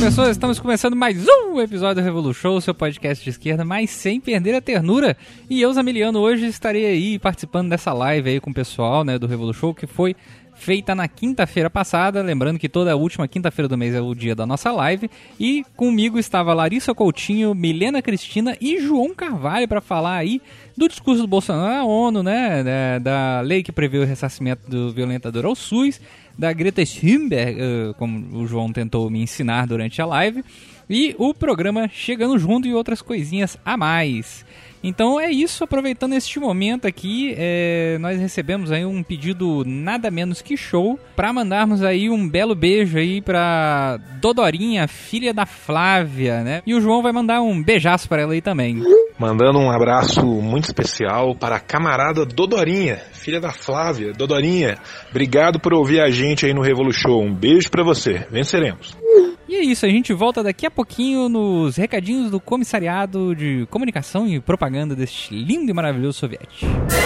pessoas, estamos começando mais um episódio do Revolu Show, seu podcast de esquerda, mas sem perder a ternura. E eu, Zamiliano, hoje estarei aí participando dessa live aí com o pessoal, né, do Revolu Show, que foi feita na quinta-feira passada, lembrando que toda a última quinta-feira do mês é o dia da nossa live, e comigo estava Larissa Coutinho, Milena Cristina e João Carvalho para falar aí do discurso do Bolsonaro na ONU, né, da lei que prevê o ressarcimento do violentador ao SUS, da Greta Thunberg, como o João tentou me ensinar durante a live, e o programa Chegando Junto e outras coisinhas a mais. Então é isso, aproveitando este momento aqui, nós recebemos aí um pedido nada menos que show para mandarmos aí um belo beijo aí pra Dodorinha, filha da Flávia, né? E o João vai mandar um beijaço para ela aí também. Mandando um abraço muito especial para a camarada Dodorinha, filha da Flávia. Dodorinha, obrigado por ouvir a gente aí no Revolu Show. Um beijo para você, venceremos. E é isso, a gente volta daqui a pouquinho nos recadinhos do Comissariado de Comunicação e Propaganda deste lindo e maravilhoso soviético.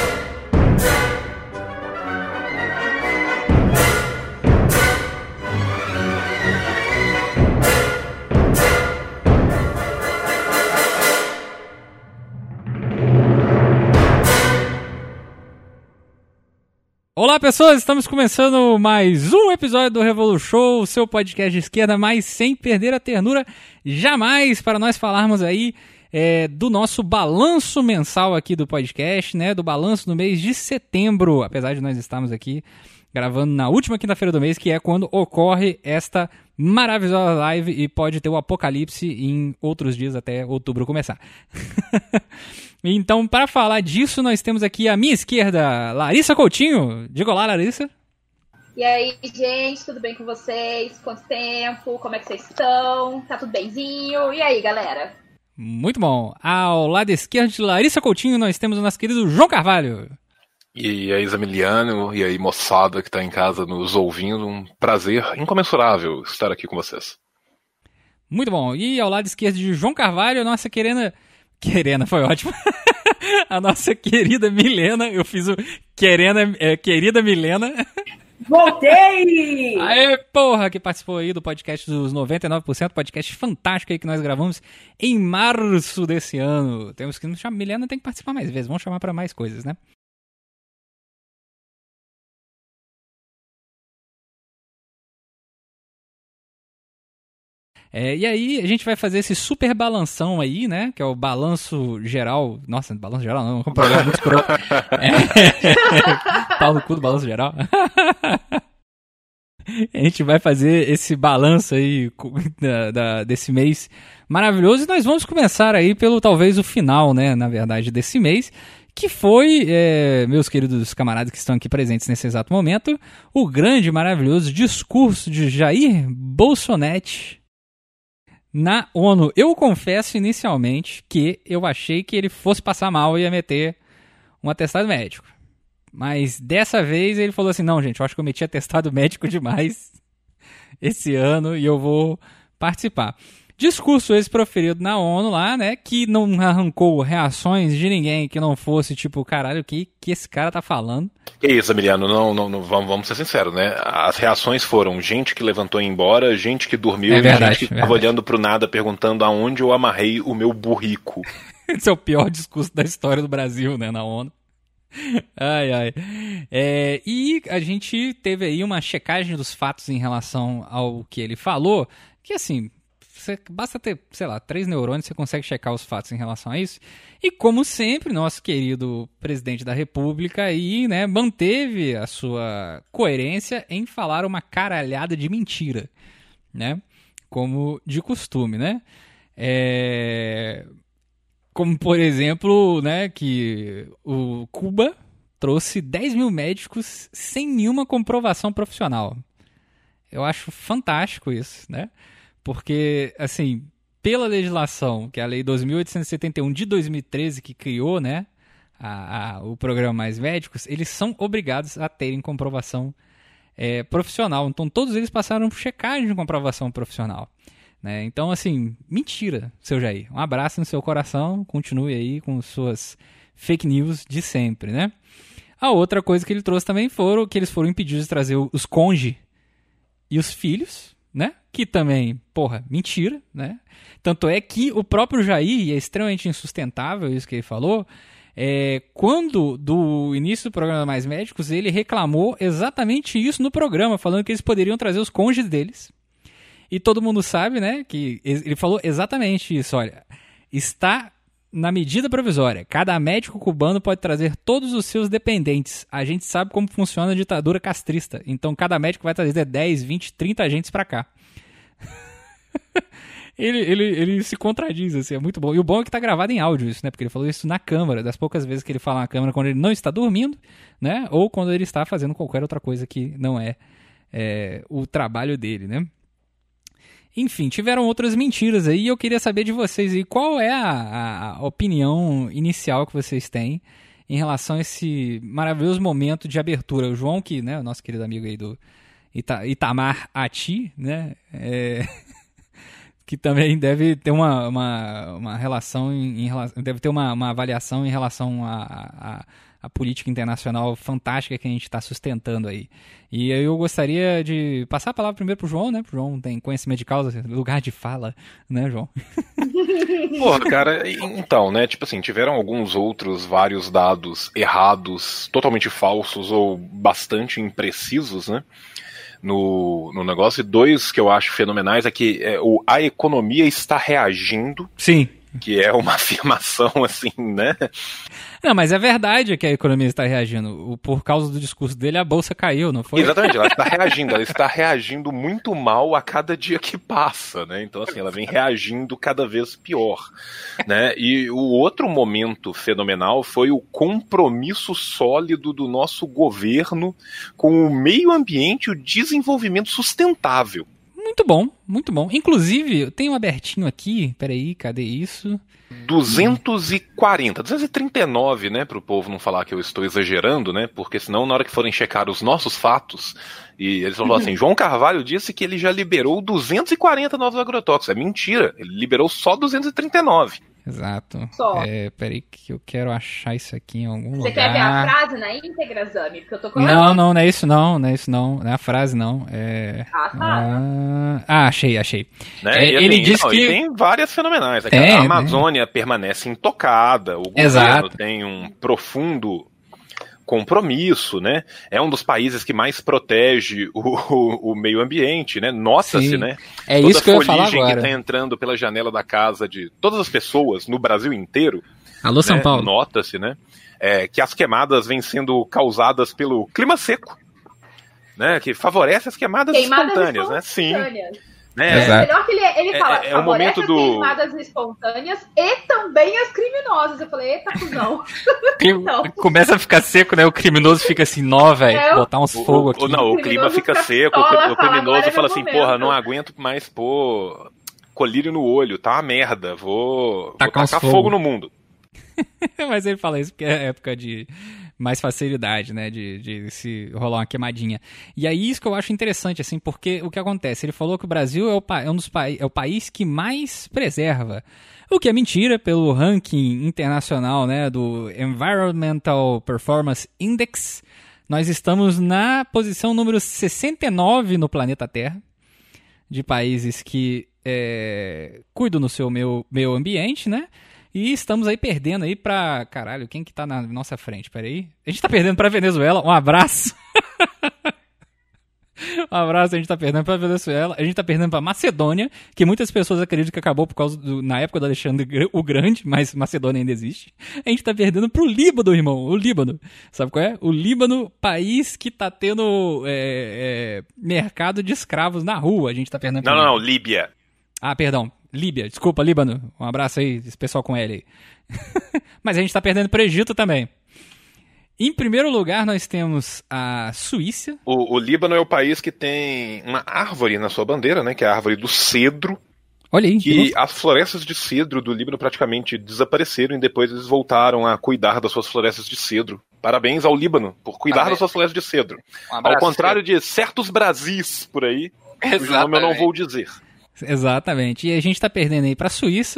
Olá pessoas, estamos começando mais um episódio do Revolu Show, seu podcast de esquerda, mas sem perder a ternura jamais, para nós falarmos aí do nosso balanço mensal aqui do podcast, né, do balanço do mês de setembro, apesar de nós estarmos aqui gravando na última quinta-feira do mês, que é quando ocorre esta maravilhosa live e pode ter o apocalipse em outros dias até outubro começar. Então, para falar disso, nós temos aqui à minha esquerda, Larissa Coutinho. Diga olá, Larissa. E aí, gente, tudo bem com vocês? Quanto tempo? Como é que vocês estão? Tá tudo benzinho? E aí, galera? Muito bom. Ao lado esquerdo de Larissa Coutinho, nós temos o nosso querido João Carvalho. E aí, Zamiliano, e aí, moçada que tá em casa nos ouvindo, um prazer incomensurável estar aqui com vocês. Muito bom. E ao lado esquerdo de João Carvalho, a nossa querida foi ótimo. A nossa querida Milena, eu fiz o querida Milena. Voltei! Aê, porra, que participou aí do podcast dos 99%, podcast fantástico aí que nós gravamos em março desse ano. Temos que nos chamar, Milena tem que participar mais vezes, vamos chamar para mais coisas, né? E aí a gente vai fazer esse super balanção aí, né? Que é o balanço geral. Nossa, balanço geral não, é um programa muito escroto. Pau no cu do balanço geral. A gente vai fazer esse balanço aí desse mês maravilhoso. E nós vamos começar aí pelo talvez o final, né? Na verdade, desse mês. Que foi, meus queridos camaradas que estão aqui presentes nesse exato momento, o grande, maravilhoso discurso de Jair Bolsonaro na ONU. Eu confesso inicialmente que eu achei que ele fosse passar mal e ia meter um atestado médico. Mas dessa vez ele falou assim, não gente, eu acho que eu meti atestado médico demais esse ano e eu vou participar. Discurso esse proferido na ONU lá, né, que não arrancou reações de ninguém que não fosse tipo, caralho, o que esse cara tá falando? Que isso, Emiliano, não vamos ser sinceros, né? As reações foram gente que levantou e ia embora, gente que dormiu, gente que tava olhando pro nada perguntando aonde eu amarrei o meu burrico. Esse é o pior discurso da história do Brasil, né, na ONU. Ai. E a gente teve aí uma checagem dos fatos em relação ao que ele falou, que assim... basta ter, sei lá, 3 neurônios, você consegue checar os fatos em relação a isso. E como sempre, nosso querido presidente da República aí, né, manteve a sua coerência em falar uma caralhada de mentira, né? Como de costume, né? Como, por exemplo, né, que o Cuba trouxe 10 mil médicos sem nenhuma comprovação profissional. Eu acho fantástico isso, né? Porque, assim, pela legislação, que é a Lei 2.871 de 2013, que criou, né, o programa Mais Médicos, eles são obrigados a terem comprovação profissional. Então, todos eles passaram por checagem de comprovação profissional. Né? Então, assim, mentira, seu Jair. Um abraço no seu coração, continue aí com suas fake news de sempre, né? A outra coisa que ele trouxe também foram que eles foram impedidos de trazer os cônjuges e os filhos, né? que também, mentira, né? Tanto é que o próprio Jair, e é extremamente insustentável isso que ele falou, quando do início do programa Mais Médicos, ele reclamou exatamente isso no programa, falando que eles poderiam trazer os cônjuges deles. E todo mundo sabe, né, que ele falou exatamente isso, olha, está na medida provisória, cada médico cubano pode trazer todos os seus dependentes. A gente sabe como funciona a ditadura castrista, então cada médico vai trazer 10, 20, 30 agentes pra cá. Ele se contradiz, assim, é muito bom. E o bom é que tá gravado em áudio isso, né? Porque ele falou isso na câmara, das poucas vezes que ele fala na câmara quando ele não está dormindo, né? Ou quando ele está fazendo qualquer outra coisa que não é o trabalho dele, né? Enfim, tiveram outras mentiras aí e eu queria saber de vocês aí, qual é a opinião inicial que vocês têm em relação a esse maravilhoso momento de abertura. O João, que, né, o nosso querido amigo aí do Itamar Ati, né, que também deve ter uma relação, deve ter uma avaliação em relação à política internacional fantástica que a gente está sustentando aí. E eu gostaria de passar a palavra primeiro pro João, né? O João tem conhecimento de causa, lugar de fala, né, João? Porra, cara, então, né, tipo assim, tiveram alguns outros vários dados errados, totalmente falsos ou bastante imprecisos, né? No negócio, e dois que eu acho fenomenais é que a economia está reagindo. Sim. Que é uma afirmação, assim, né? Não, mas é verdade que a economia está reagindo. Por causa do discurso dele, a bolsa caiu, não foi? Exatamente, ela está reagindo muito mal a cada dia que passa, né? Então, assim, ela vem reagindo cada vez pior, né? E o outro momento fenomenal foi o compromisso sólido do nosso governo com o meio ambiente e o desenvolvimento sustentável. Muito bom, muito bom. Inclusive, eu tenho um abertinho aqui, peraí, cadê isso? 239, né, pro povo não falar que eu estou exagerando, né, porque senão na hora que forem checar os nossos fatos, e eles vão falar assim, João Carvalho disse que ele já liberou 240 novos agrotóxicos. É mentira, ele liberou só 239. Exato. Peraí que eu quero achar isso aqui em algum lugar. Você quer ver a frase na íntegra, Zami? Porque eu tô com não é isso não, não é a frase não. Achei. Né? Ele disse que... tem várias fenomenais. A Amazônia permanece intocada, o governo tem um profundo compromisso, né? É um dos países que mais protege o meio ambiente, né? Nota-se, sim, né? É toda isso que eu ia falar agora. Que está entrando pela janela da casa de todas as pessoas no Brasil inteiro. Alô, São Paulo. Nota-se, né? Que as queimadas vêm sendo causadas pelo clima seco, né? Que favorece as queimadas espontâneas, né? Sim. Né? É melhor que ele fala, o momento as queimadas espontâneas e também as criminosas. Eu falei, eita, cuzão. Começa a ficar seco, né? O criminoso fica assim, velho, botar uns fogos aqui. O clima fica seco, o criminoso fala assim, porra, não aguento mais pôr colírio no olho, tá uma merda, vou tacar fogo no mundo. Mas ele fala isso porque é época de mais facilidade, né, de se rolar uma queimadinha. E aí isso que eu acho interessante, assim, porque o que acontece? Ele falou que o Brasil é o país que mais preserva, o que é mentira pelo ranking internacional, né, do Environmental Performance Index. Nós estamos na posição número 69 no planeta Terra, de países que cuidam do seu meio ambiente, né? E estamos aí perdendo aí pra... Caralho, quem que tá na nossa frente? Pera aí. A gente tá perdendo pra Venezuela. Um abraço. Um abraço, a gente tá perdendo pra Venezuela. A gente tá perdendo pra Macedônia, que muitas pessoas acreditam que acabou por causa na época do Alexandre o Grande, mas Macedônia ainda existe. A gente tá perdendo pro Líbano, irmão. O Líbano. Sabe qual é? O Líbano, país que tá tendo mercado de escravos na rua. A gente tá perdendo pro Não, Líbia. Ah, perdão. Líbia, desculpa, Líbano. Um abraço aí, esse pessoal com L aí. Mas a gente tá perdendo pro Egito também. Em primeiro lugar, nós temos a Suíça. O Líbano é o país que tem uma árvore na sua bandeira, né? Que é a árvore do cedro. Olha aí. Que as florestas de cedro do Líbano praticamente desapareceram e depois eles voltaram a cuidar das suas florestas de cedro. Parabéns ao Líbano por cuidar das suas florestas de cedro. Ao contrário de certos Brasis por aí, cujo nome eu não vou dizer. Exatamente. E a gente tá perdendo aí pra Suíça,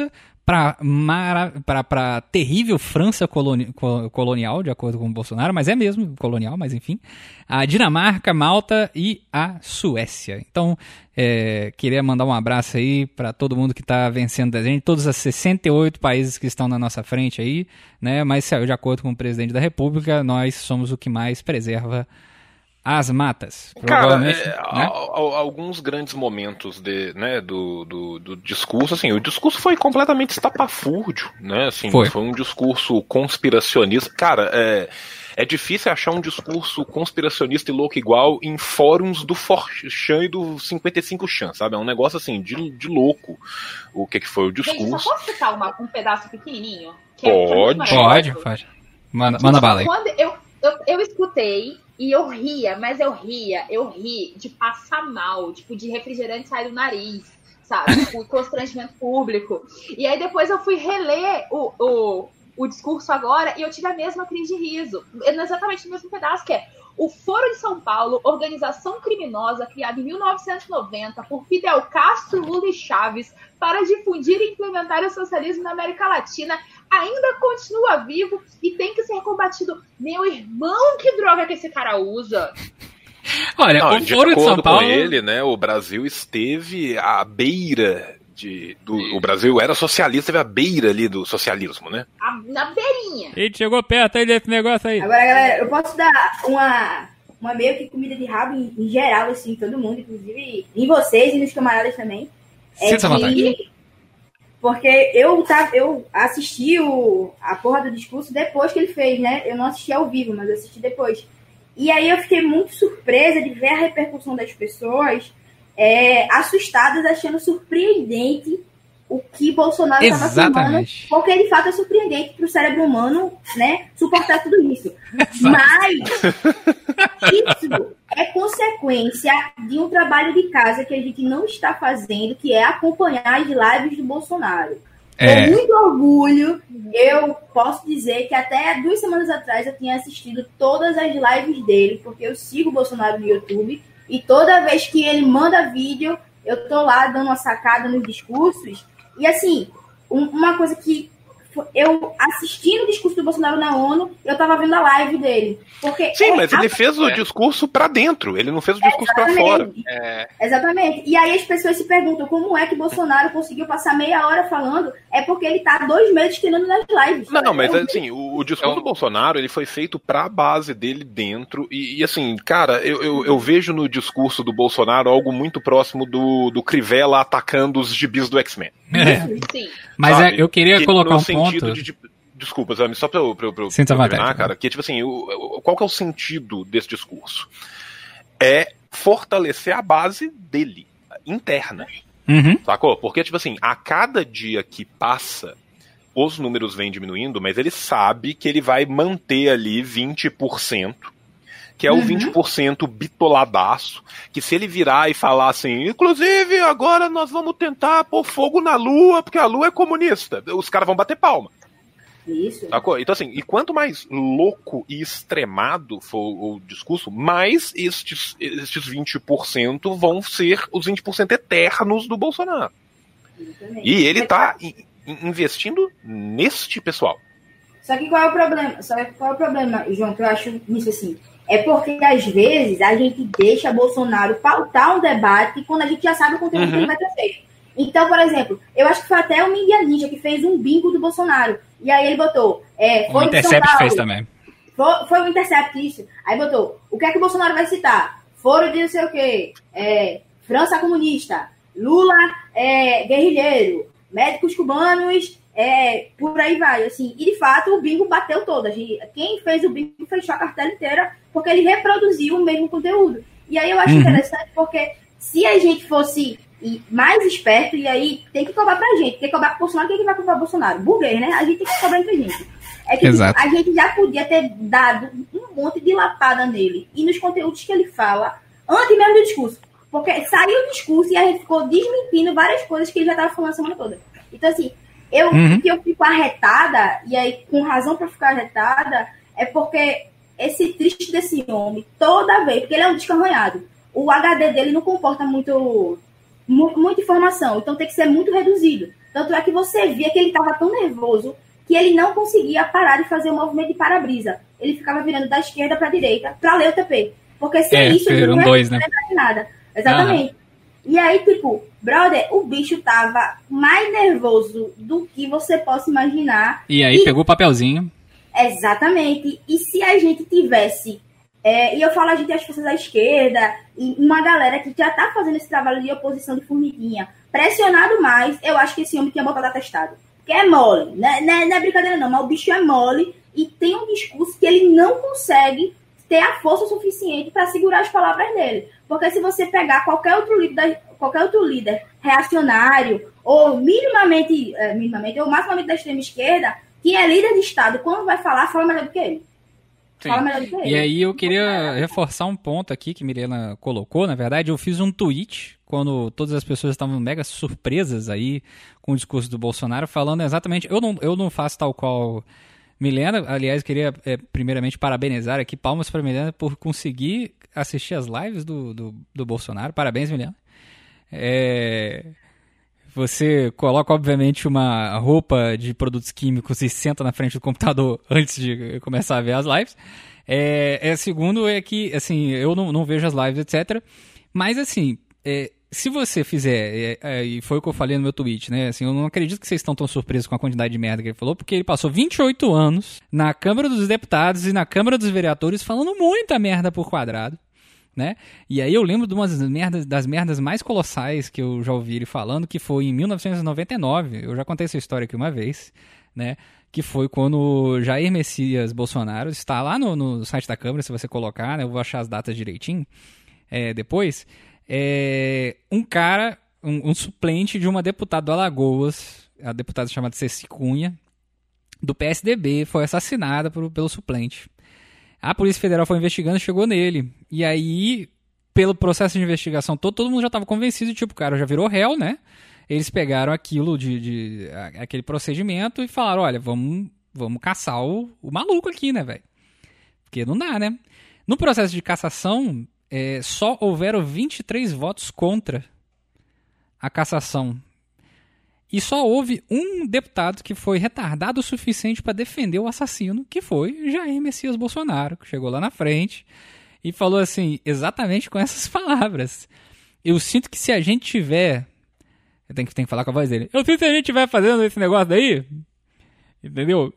para terrível França colonial, de acordo com o Bolsonaro, mas é mesmo colonial, mas enfim, a Dinamarca, Malta e a Suécia. Então, queria mandar um abraço aí para todo mundo que está vencendo a gente, todos os 68 países que estão na nossa frente aí, né? Mas de acordo com o presidente da República, nós somos o que mais preserva as matas. Provavelmente, cara, né? Alguns grandes momentos do discurso, assim, o discurso foi completamente estapafúrdio, né? Assim, foi um discurso conspiracionista. Cara, é difícil achar um discurso conspiracionista e louco igual em fóruns do Forchan e do 55chan, sabe? É um negócio, assim, de louco o que foi o discurso. Gente, só posso citar um pedaço pequenininho? Pode. Manda bala aí. Quando eu escutei e eu ria, mas eu ri de passar mal, tipo, de refrigerante sair do nariz, sabe? Tipo, constrangimento público. E aí depois eu fui reler o discurso agora e eu tive a mesma crise de riso. Exatamente no mesmo pedaço, que é o Foro de São Paulo, organização criminosa criada em 1990 por Fidel Castro, Lula e Chaves para difundir e implementar o socialismo na América Latina, ainda continua vivo e tem que ser combatido. Meu irmão, que droga que esse cara usa! Olha, o Foro de São Paulo... com ele, né, o Brasil esteve à beira o Brasil era socialista, teve à beira ali do socialismo, né? Na beirinha. A gente chegou perto aí desse negócio aí. Agora, galera, eu posso dar uma meio que comida de rabo em geral, assim, todo mundo, inclusive em vocês e nos camaradas também. Porque eu assisti a porra do discurso depois que ele fez, né? Eu não assisti ao vivo, mas eu assisti depois. E aí eu fiquei muito surpresa de ver a repercussão das pessoas assustadas, achando surpreendente o que Bolsonaro estava falando, porque de fato é surpreendente para o cérebro humano, né, suportar tudo isso. Mas isso é consequência de um trabalho de casa que a gente não está fazendo, que é acompanhar as lives do Bolsonaro. Com muito orgulho, eu posso dizer que até 2 semanas atrás eu tinha assistido todas as lives dele, porque eu sigo o Bolsonaro no YouTube, e toda vez que ele manda vídeo, eu tô lá dando uma sacada nos discursos. E assim, uma coisa que eu assistindo o discurso do Bolsonaro na ONU, eu tava vendo a live dele. Porque sim, mas ele fez o discurso pra dentro, ele não fez o discurso pra fora. Exatamente. E aí as pessoas se perguntam como é que Bolsonaro conseguiu passar meia hora falando, é porque ele tá 2 meses treinando nas lives. Não, mas assim, o discurso do Bolsonaro, ele foi feito pra base dele dentro, e assim, cara, eu vejo no discurso do Bolsonaro algo muito próximo do Crivella atacando os gibis do X-Men. Sim. Mas eu queria colocar um ponto... Desculpa, Zami, só pra eu terminar, cara, que tipo assim, qual que é o sentido desse discurso? É fortalecer a base dele, interna. Sacou? Porque, tipo assim, a cada dia que passa, os números vêm diminuindo, mas ele sabe que ele vai manter ali 20%, que é o 20% bitoladaço, que se ele virar e falar assim, inclusive agora nós vamos tentar pôr fogo na Lua, porque a Lua é comunista, os caras vão bater palma. Isso. Sacou? Então assim, e quanto mais louco e extremado for o discurso, mais estes 20% vão ser os 20% eternos do Bolsonaro. Exatamente. E ele tá investindo neste pessoal. Só que qual é o problema, João, que eu acho nisso assim? É porque, às vezes, a gente deixa Bolsonaro pautar um debate quando a gente já sabe o conteúdo que ele vai ter feito. Então, por exemplo, eu acho que foi até o Mídia Ninja que fez um bingo do Bolsonaro. E aí ele botou... o Intercept fez também. Foi o Intercept, isso. Aí botou, o que é que o Bolsonaro vai citar? Foro de não sei o quê. França comunista. Lula guerrilheiro. Médicos cubanos... por aí vai, assim, e de fato o bingo bateu todo. Quem fez o bingo fechou a cartela inteira porque ele reproduziu o mesmo conteúdo. E aí eu acho interessante porque se a gente fosse mais esperto, e aí tem que cobrar pra gente, tem que cobrar pro Bolsonaro, quem que vai cobrar pro Bolsonaro? Burguês, né? A gente tem que cobrar entre a gente. É que a gente já podia ter dado um monte de lapada nele e nos conteúdos que ele fala antes mesmo do discurso. Porque saiu o discurso e a gente ficou desmentindo várias coisas que ele já tava falando a semana toda. Então, assim, que eu fico arretada, e aí com razão pra ficar arretada, é porque esse triste desse homem, toda vez, porque ele é um disco arranhado, o HD dele não comporta muito muita informação, então tem que ser muito reduzido. Tanto é que você via que ele estava tão nervoso que ele não conseguia parar de fazer o movimento de para-brisa. Ele ficava virando da esquerda para a direita para ler o TP. Porque sem isso ele não ia lembrar de nada. Exatamente. E aí, tipo, brother, o bicho tava mais nervoso do que você possa imaginar. E aí pegou o papelzinho. Exatamente. E se a gente tivesse... e eu falo a gente, as forças da esquerda, e uma galera que já tá fazendo esse trabalho de oposição de formiguinha, pressionado mais, eu acho que esse homem tinha botado atestado. Porque é mole. Não é brincadeira não, mas o bicho é mole e tem um discurso que ele não consegue ter a força suficiente para segurar as palavras dele. Porque se você pegar qualquer outro líder reacionário, ou minimamente, ou maximamente da extrema esquerda, que é líder de Estado, quando vai falar, fala melhor do que ele. Sim. E aí eu queria reforçar um ponto aqui que Milena colocou. Na verdade, eu fiz um tweet quando todas as pessoas estavam mega surpresas aí com o discurso do Bolsonaro, falando exatamente... Eu não faço tal qual Milena. Aliás, queria primeiramente parabenizar aqui, palmas para Milena por conseguir assistir as lives do Bolsonaro. Parabéns, Milena. Você coloca, obviamente, uma roupa de produtos químicos e senta na frente do computador antes de começar a ver as lives. Segundo é que, assim, eu não vejo as lives, etc. Mas, assim, se você fizer, e foi o que eu falei no meu tweet, né? Assim, eu não acredito que vocês estão tão surpresos com a quantidade de merda que ele falou, porque ele passou 28 anos na Câmara dos Deputados e na Câmara dos Vereadores falando muita merda por quadrado. Né? E aí eu lembro de das merdas mais colossais que eu já ouvi ele falando, que foi em 1999, eu já contei essa história aqui uma vez, né? Que foi quando Jair Messias Bolsonaro, está lá no site da Câmara, se você colocar, né? Eu vou achar as datas direitinho depois, um cara, um suplente de uma deputada do Alagoas, a deputada chamada Ceci Cunha, do PSDB, foi assassinada pelo suplente. A Polícia Federal foi investigando e chegou nele. E aí, pelo processo de investigação todo mundo já estava convencido, tipo, o cara já virou réu, né? Eles pegaram aquilo aquele procedimento e falaram, olha, vamos caçar o maluco aqui, né, velho? Porque não dá, né? No processo de cassação, só houveram 23 votos contra a cassação. E só houve um deputado que foi retardado o suficiente para defender o assassino, que foi Jair Messias Bolsonaro, que chegou lá na frente e falou assim, exatamente com essas palavras. Eu sinto que se a gente tiver... Eu tenho que falar com a voz dele. Eu sinto que se a gente tiver fazendo esse negócio daí, entendeu?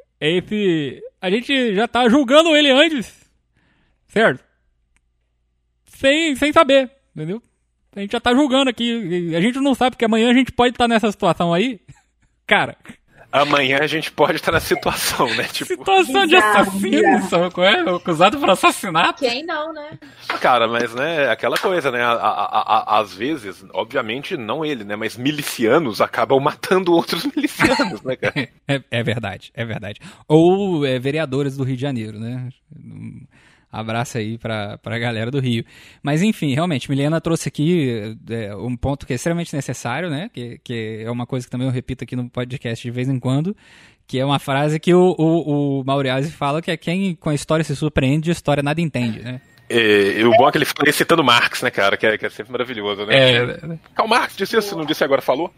A gente já tá julgando ele antes, certo? Sem saber, entendeu? A gente já tá julgando aqui. A gente não sabe que amanhã a gente pode estar nessa situação aí. Cara. Amanhã a gente pode estar na situação, né? Tipo... Situação de assassino, sabe qual é? Acusado por assassinato. Quem não, né? Cara, mas, né, aquela coisa, né? Às vezes, obviamente, não ele, né? Mas milicianos acabam matando outros milicianos, né, cara? É verdade. Ou vereadores do Rio de Janeiro, né? Abraço aí pra galera do Rio. Mas enfim, realmente, Milena trouxe aqui um ponto que é extremamente necessário, né? Que é uma coisa que também eu repito aqui no podcast de vez em quando, que é uma frase que o Mauriazzi fala, que é quem com a história se surpreende, de história nada entende, né? E o bom é que ele fica citando Marx, né, cara? Que é sempre maravilhoso, né? Karl Marx disse isso, não disse agora, falou.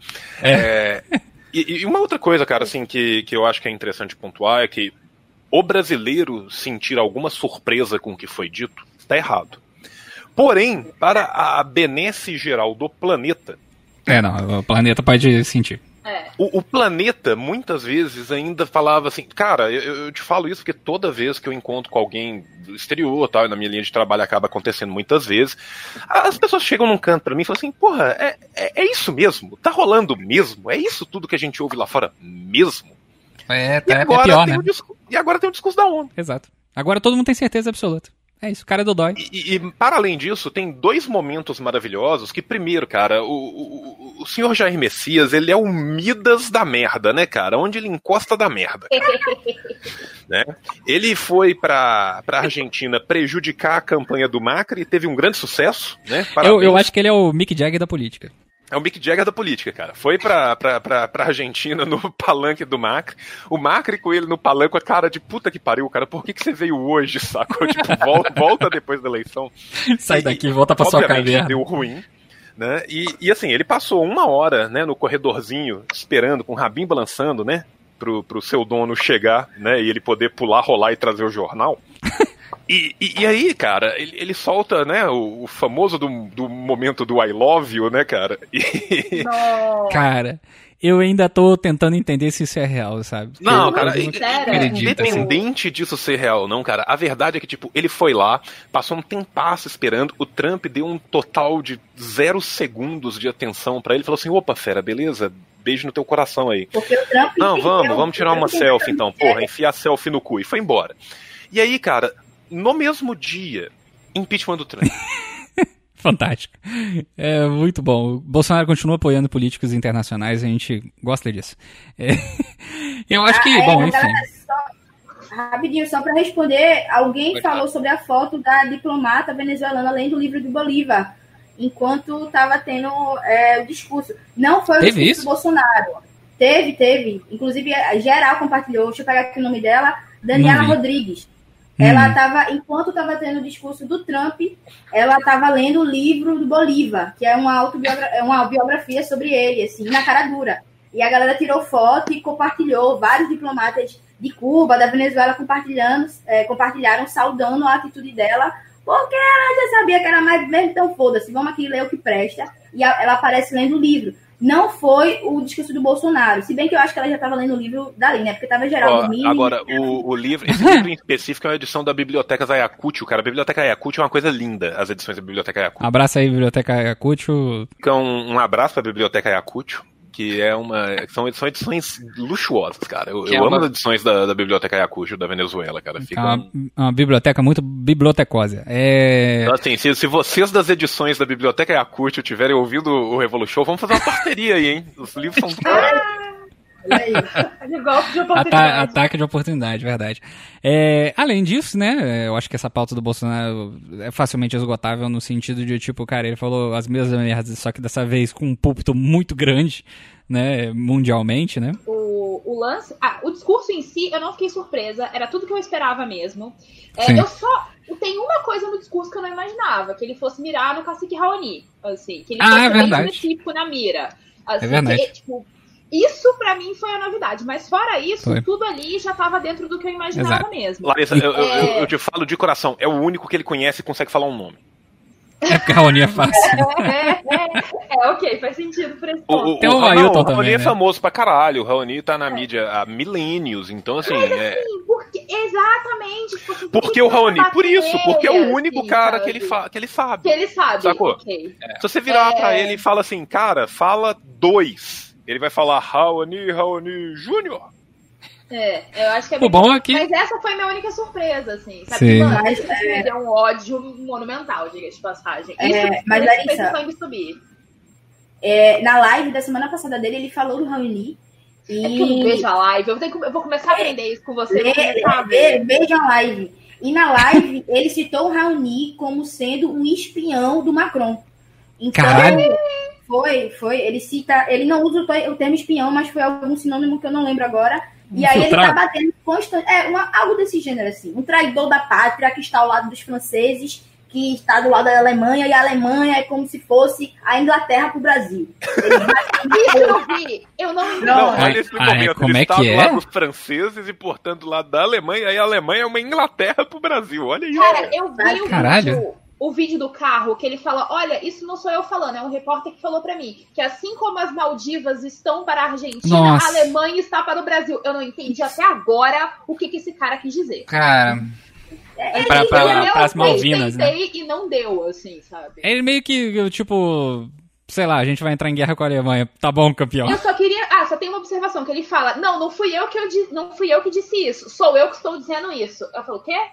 E uma outra coisa, cara, assim, que eu acho que é interessante pontuar é que o brasileiro sentir alguma surpresa com o que foi dito está errado. Porém, para a benesse geral do planeta... o planeta pode sentir. O planeta, muitas vezes, ainda falava assim... Cara, eu te falo isso porque toda vez que eu encontro com alguém do exterior, tal, e na minha linha de trabalho acaba acontecendo muitas vezes, as pessoas chegam num canto pra mim e falam assim, porra, é isso mesmo? Tá rolando mesmo? É isso tudo que a gente ouve lá fora mesmo? Pior, né? E agora tem o discurso da ONU. Exato. Agora todo mundo tem certeza absoluta. É isso, o cara é dodói. E para além disso, tem dois momentos maravilhosos que, primeiro, cara, o senhor Jair Messias, ele é o Midas da merda, né, cara? Onde ele encosta da merda. Né? Ele foi pra Argentina prejudicar a campanha do Macri e teve um grande sucesso, né? Eu acho que ele é o Mick Jagger da política. É o Mick Jagger da política, cara. Foi pra Argentina no palanque do Macri. O Macri com ele no palanque com a cara de puta que pariu, cara. Por que você veio hoje, sacou? Tipo, volta depois da eleição. Sai daqui, volta pra sua caverna. Deu ruim. né? E assim, ele passou 1 hora, né, no corredorzinho, esperando, com o rabinho balançando, né, pro seu dono chegar, né, e ele poder pular, rolar e trazer o jornal. E aí, cara, ele solta, né, o famoso do momento do I love you, né, cara? Cara, eu ainda tô tentando entender se isso é real, sabe? Não, eu cara, acredito, independente disso ser real, não, cara. A verdade é que, tipo, ele foi lá, passou um tempasso esperando, o Trump deu um total de 0 segundos de atenção pra ele, falou assim, opa, fera, beleza? Beijo no teu coração aí. Porque o Trump... Não, vamos tirar uma selfie então, porra, enfiar a selfie no cu, e foi embora. E aí, cara, no mesmo dia, impeachment do Trump. Fantástico. É muito bom. O Bolsonaro continua apoiando políticos internacionais, a gente gosta disso. Eu acho que, bom, enfim. Rapidinho, só para responder, alguém falou sobre a foto da diplomata venezuelana lendo o livro do Bolívar, enquanto estava tendo o discurso. Não foi o discurso isso? do Bolsonaro. Teve. Inclusive, geral compartilhou. Deixa eu pegar aqui o nome dela. Daniela Rodrigues. Ela estava, enquanto estava tendo o discurso do Trump, ela estava lendo o livro do Bolívar, que é uma biografia sobre ele, assim, na cara dura. E a galera tirou foto e compartilhou, vários diplomatas de Cuba, da Venezuela, compartilharam, saudando a atitude dela, porque ela já sabia que era mais mesmo, então foda-se, vamos aqui ler o que presta. E ela aparece lendo o livro. Não foi o discurso do Bolsonaro, se bem que eu acho que ela já estava lendo o livro dali, né? Porque estava geral no mínimo. Agora, esse livro em específico é uma edição da Biblioteca Ayacucho, cara. A Biblioteca Ayacucho é uma coisa linda, as edições da Biblioteca Ayacucho. Abraço aí, Biblioteca Ayacucho. Então, um abraço para a Biblioteca Ayacucho, que são edições luxuosas, cara. Eu amo as edições da Biblioteca Ayacucho da Venezuela, cara. Fica uma biblioteca muito bibliotecosa. Então, assim, se vocês das edições da Biblioteca Ayacucho tiverem ouvido o Revolu Show, vamos fazer uma parceria aí, hein? Os livros são do caralho. De golpe de oportunidade. Ataque de oportunidade, verdade. Além disso, né, eu acho que essa pauta do Bolsonaro é facilmente esgotável no sentido de, tipo, cara, ele falou as mesmas merdas, só que dessa vez com um púlpito muito grande, né, mundialmente, né? O lance... o discurso em si, eu não fiquei surpresa, era tudo que eu esperava mesmo. Tem uma coisa no discurso que eu não imaginava, que ele fosse mirar no cacique Raoni, assim, que ele fosse bem específico na mira. Assim, é verdade. Que, tipo, isso pra mim foi a novidade, mas fora isso, tudo ali já tava dentro do que eu imaginava mesmo. Larissa, eu te falo de coração, é o único que ele conhece e consegue falar um nome. É porque a Raoni é fácil. Ok, faz sentido pra esse ponto. Tem o Ailton também, Raoni é famoso pra caralho, o Raoni tá na mídia há milênios, então assim... Exatamente. Tipo, assim, porque o Raoni, porque é o único cara que ele sabe. Que ele sabe, sacou? ok. Se você virar pra ele e fala assim, cara, fala 2... Ele vai falar Raoni Júnior. Eu acho que é bem bom aqui. Mas essa foi minha única surpresa, assim. Sabe? Sim. Mas é um ódio monumental, diga-se de passagem. Mas Larissa, subir. Na live da semana passada dele, ele falou do Raoni. É que eu não vejo a live. Eu vou começar a aprender isso com você. Veja a live. E na live, ele citou o Raoni como sendo um espião do Macron. Então, caralho. Foi. Ele não usa o termo espião, mas foi algum sinônimo que eu não lembro agora. E aí ele tá batendo constante. Algo desse gênero, assim. Um traidor da pátria que está ao lado dos franceses, que está do lado da Alemanha, e a Alemanha é como se fosse a Inglaterra pro Brasil. Isso eu vi. Eu não entendi. Olha esse momento. Como ele está que do lado dos franceses e, portanto, do lado da Alemanha, e a Alemanha é uma Inglaterra pro Brasil. Olha isso. Cara, eu vi o vídeo do carro, que ele fala, olha, isso não sou eu falando, é um repórter que falou pra mim, que assim como as Maldivas estão para a Argentina, a Alemanha está para o Brasil. Eu não entendi até agora o que esse cara quis dizer. Cara... Para as Malvinas, né? E não deu, assim, sabe? Ele meio que, tipo... Sei lá, a gente vai entrar em guerra com a Alemanha. Tá bom, campeão. Eu só queria... só tem uma observação, que ele fala, não fui eu que disse isso, sou eu que estou dizendo isso. Eu falo, o quê?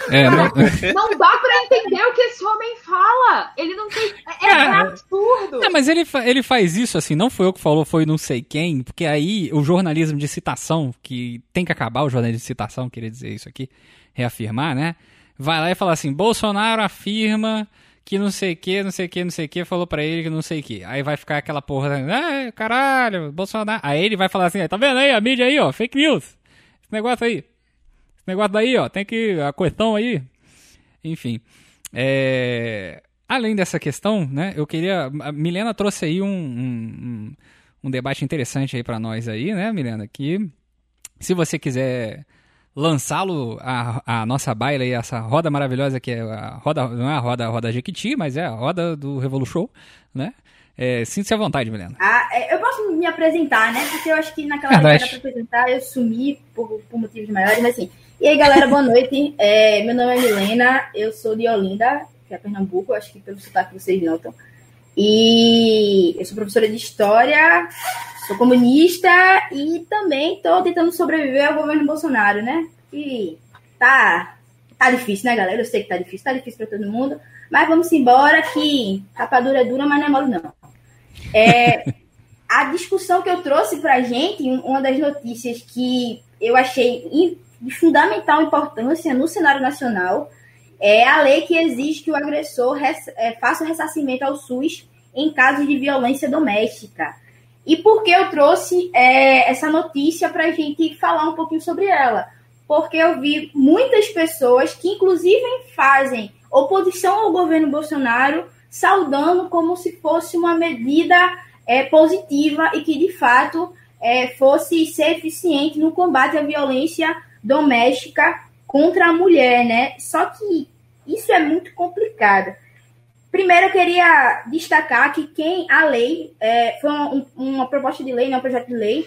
Não dá pra entender o que esse homem fala. Ele não tem... absurdo. Não, mas ele faz isso assim, não foi eu que falou, foi não sei quem, porque aí o jornalismo de citação, que tem que acabar o jornalismo de citação, queria dizer isso aqui, reafirmar, né? Vai lá e fala assim, Bolsonaro afirma que não sei o que, falou pra ele que não sei o que. Aí vai ficar aquela porra, caralho, Bolsonaro. Aí ele vai falar assim, tá vendo aí a mídia aí, ó, fake news. Esse negócio aí. Esse negócio daí, ó, tem que... A questão aí... Enfim. além dessa questão, né, eu queria... A Milena trouxe aí um debate interessante aí para nós aí, né, Milena? Que se você quiser lançá-lo a nossa baila aí, essa roda maravilhosa que é a roda, não é a roda Jequiti, mas é a roda do Revolution, né? Sinta-se à vontade, Milena. Eu posso me apresentar, né? Porque eu acho que naquela época era pra apresentar, eu sumi por motivos maiores, mas assim. E aí, galera, boa noite. Meu nome é Milena, eu sou de Olinda, que é Pernambuco, acho que pelo sotaque vocês notam. E eu sou professora de História, sou comunista e também estou tentando sobreviver ao governo Bolsonaro, né? E tá difícil, né, galera? Eu sei que tá difícil para todo mundo, mas vamos embora que rapadura é dura, mas não é mole, não. A discussão que eu trouxe pra gente, uma das notícias que eu achei de fundamental importância no cenário nacional, é a lei que exige que o agressor faça o ressarcimento ao SUS em casos de violência doméstica. E por que eu trouxe essa notícia para a gente falar um pouquinho sobre ela? Porque eu vi muitas pessoas que, inclusive, fazem oposição ao governo Bolsonaro, saudando como se fosse uma medida positiva e que, de fato, fosse ser eficiente no combate à violência doméstica contra a mulher, né? Só que isso é muito complicado. Primeiro, eu queria destacar que a lei foi uma proposta de lei, né, um projeto de lei,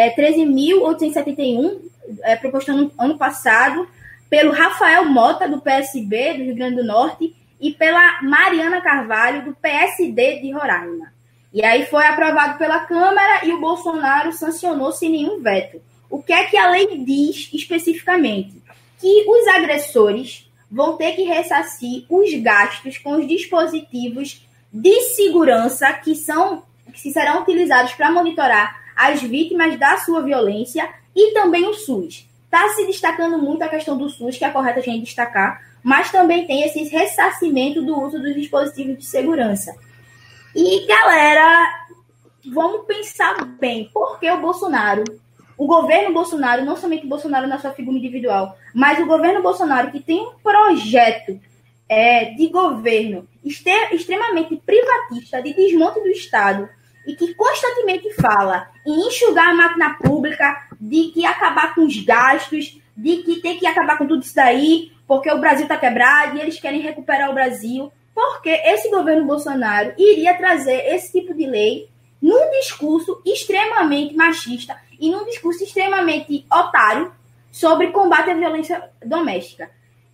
13.871, proposta no ano passado, pelo Rafael Mota, do PSB, do Rio Grande do Norte, e pela Mariana Carvalho, do PSD de Roraima. E aí foi aprovado pela Câmara e o Bolsonaro sancionou sem nenhum veto. O que é que a lei diz especificamente? Que os agressores vão ter que ressarcir os gastos com os dispositivos de segurança que serão utilizados para monitorar as vítimas da sua violência e também o SUS. Está se destacando muito a questão do SUS, que é correto a gente destacar, mas também tem esse ressarcimento do uso dos dispositivos de segurança. E, galera, vamos pensar bem, por que o governo Bolsonaro, não somente o Bolsonaro na sua figura individual, mas o governo Bolsonaro que tem um projeto de governo extremamente privatista, de desmonte do Estado, e que constantemente fala em enxugar a máquina pública, de que acabar com os gastos, de que tem que acabar com tudo isso daí, porque o Brasil está quebrado e eles querem recuperar o Brasil, porque esse governo Bolsonaro iria trazer esse tipo de lei num discurso extremamente machista e num discurso extremamente otário sobre combate à violência doméstica.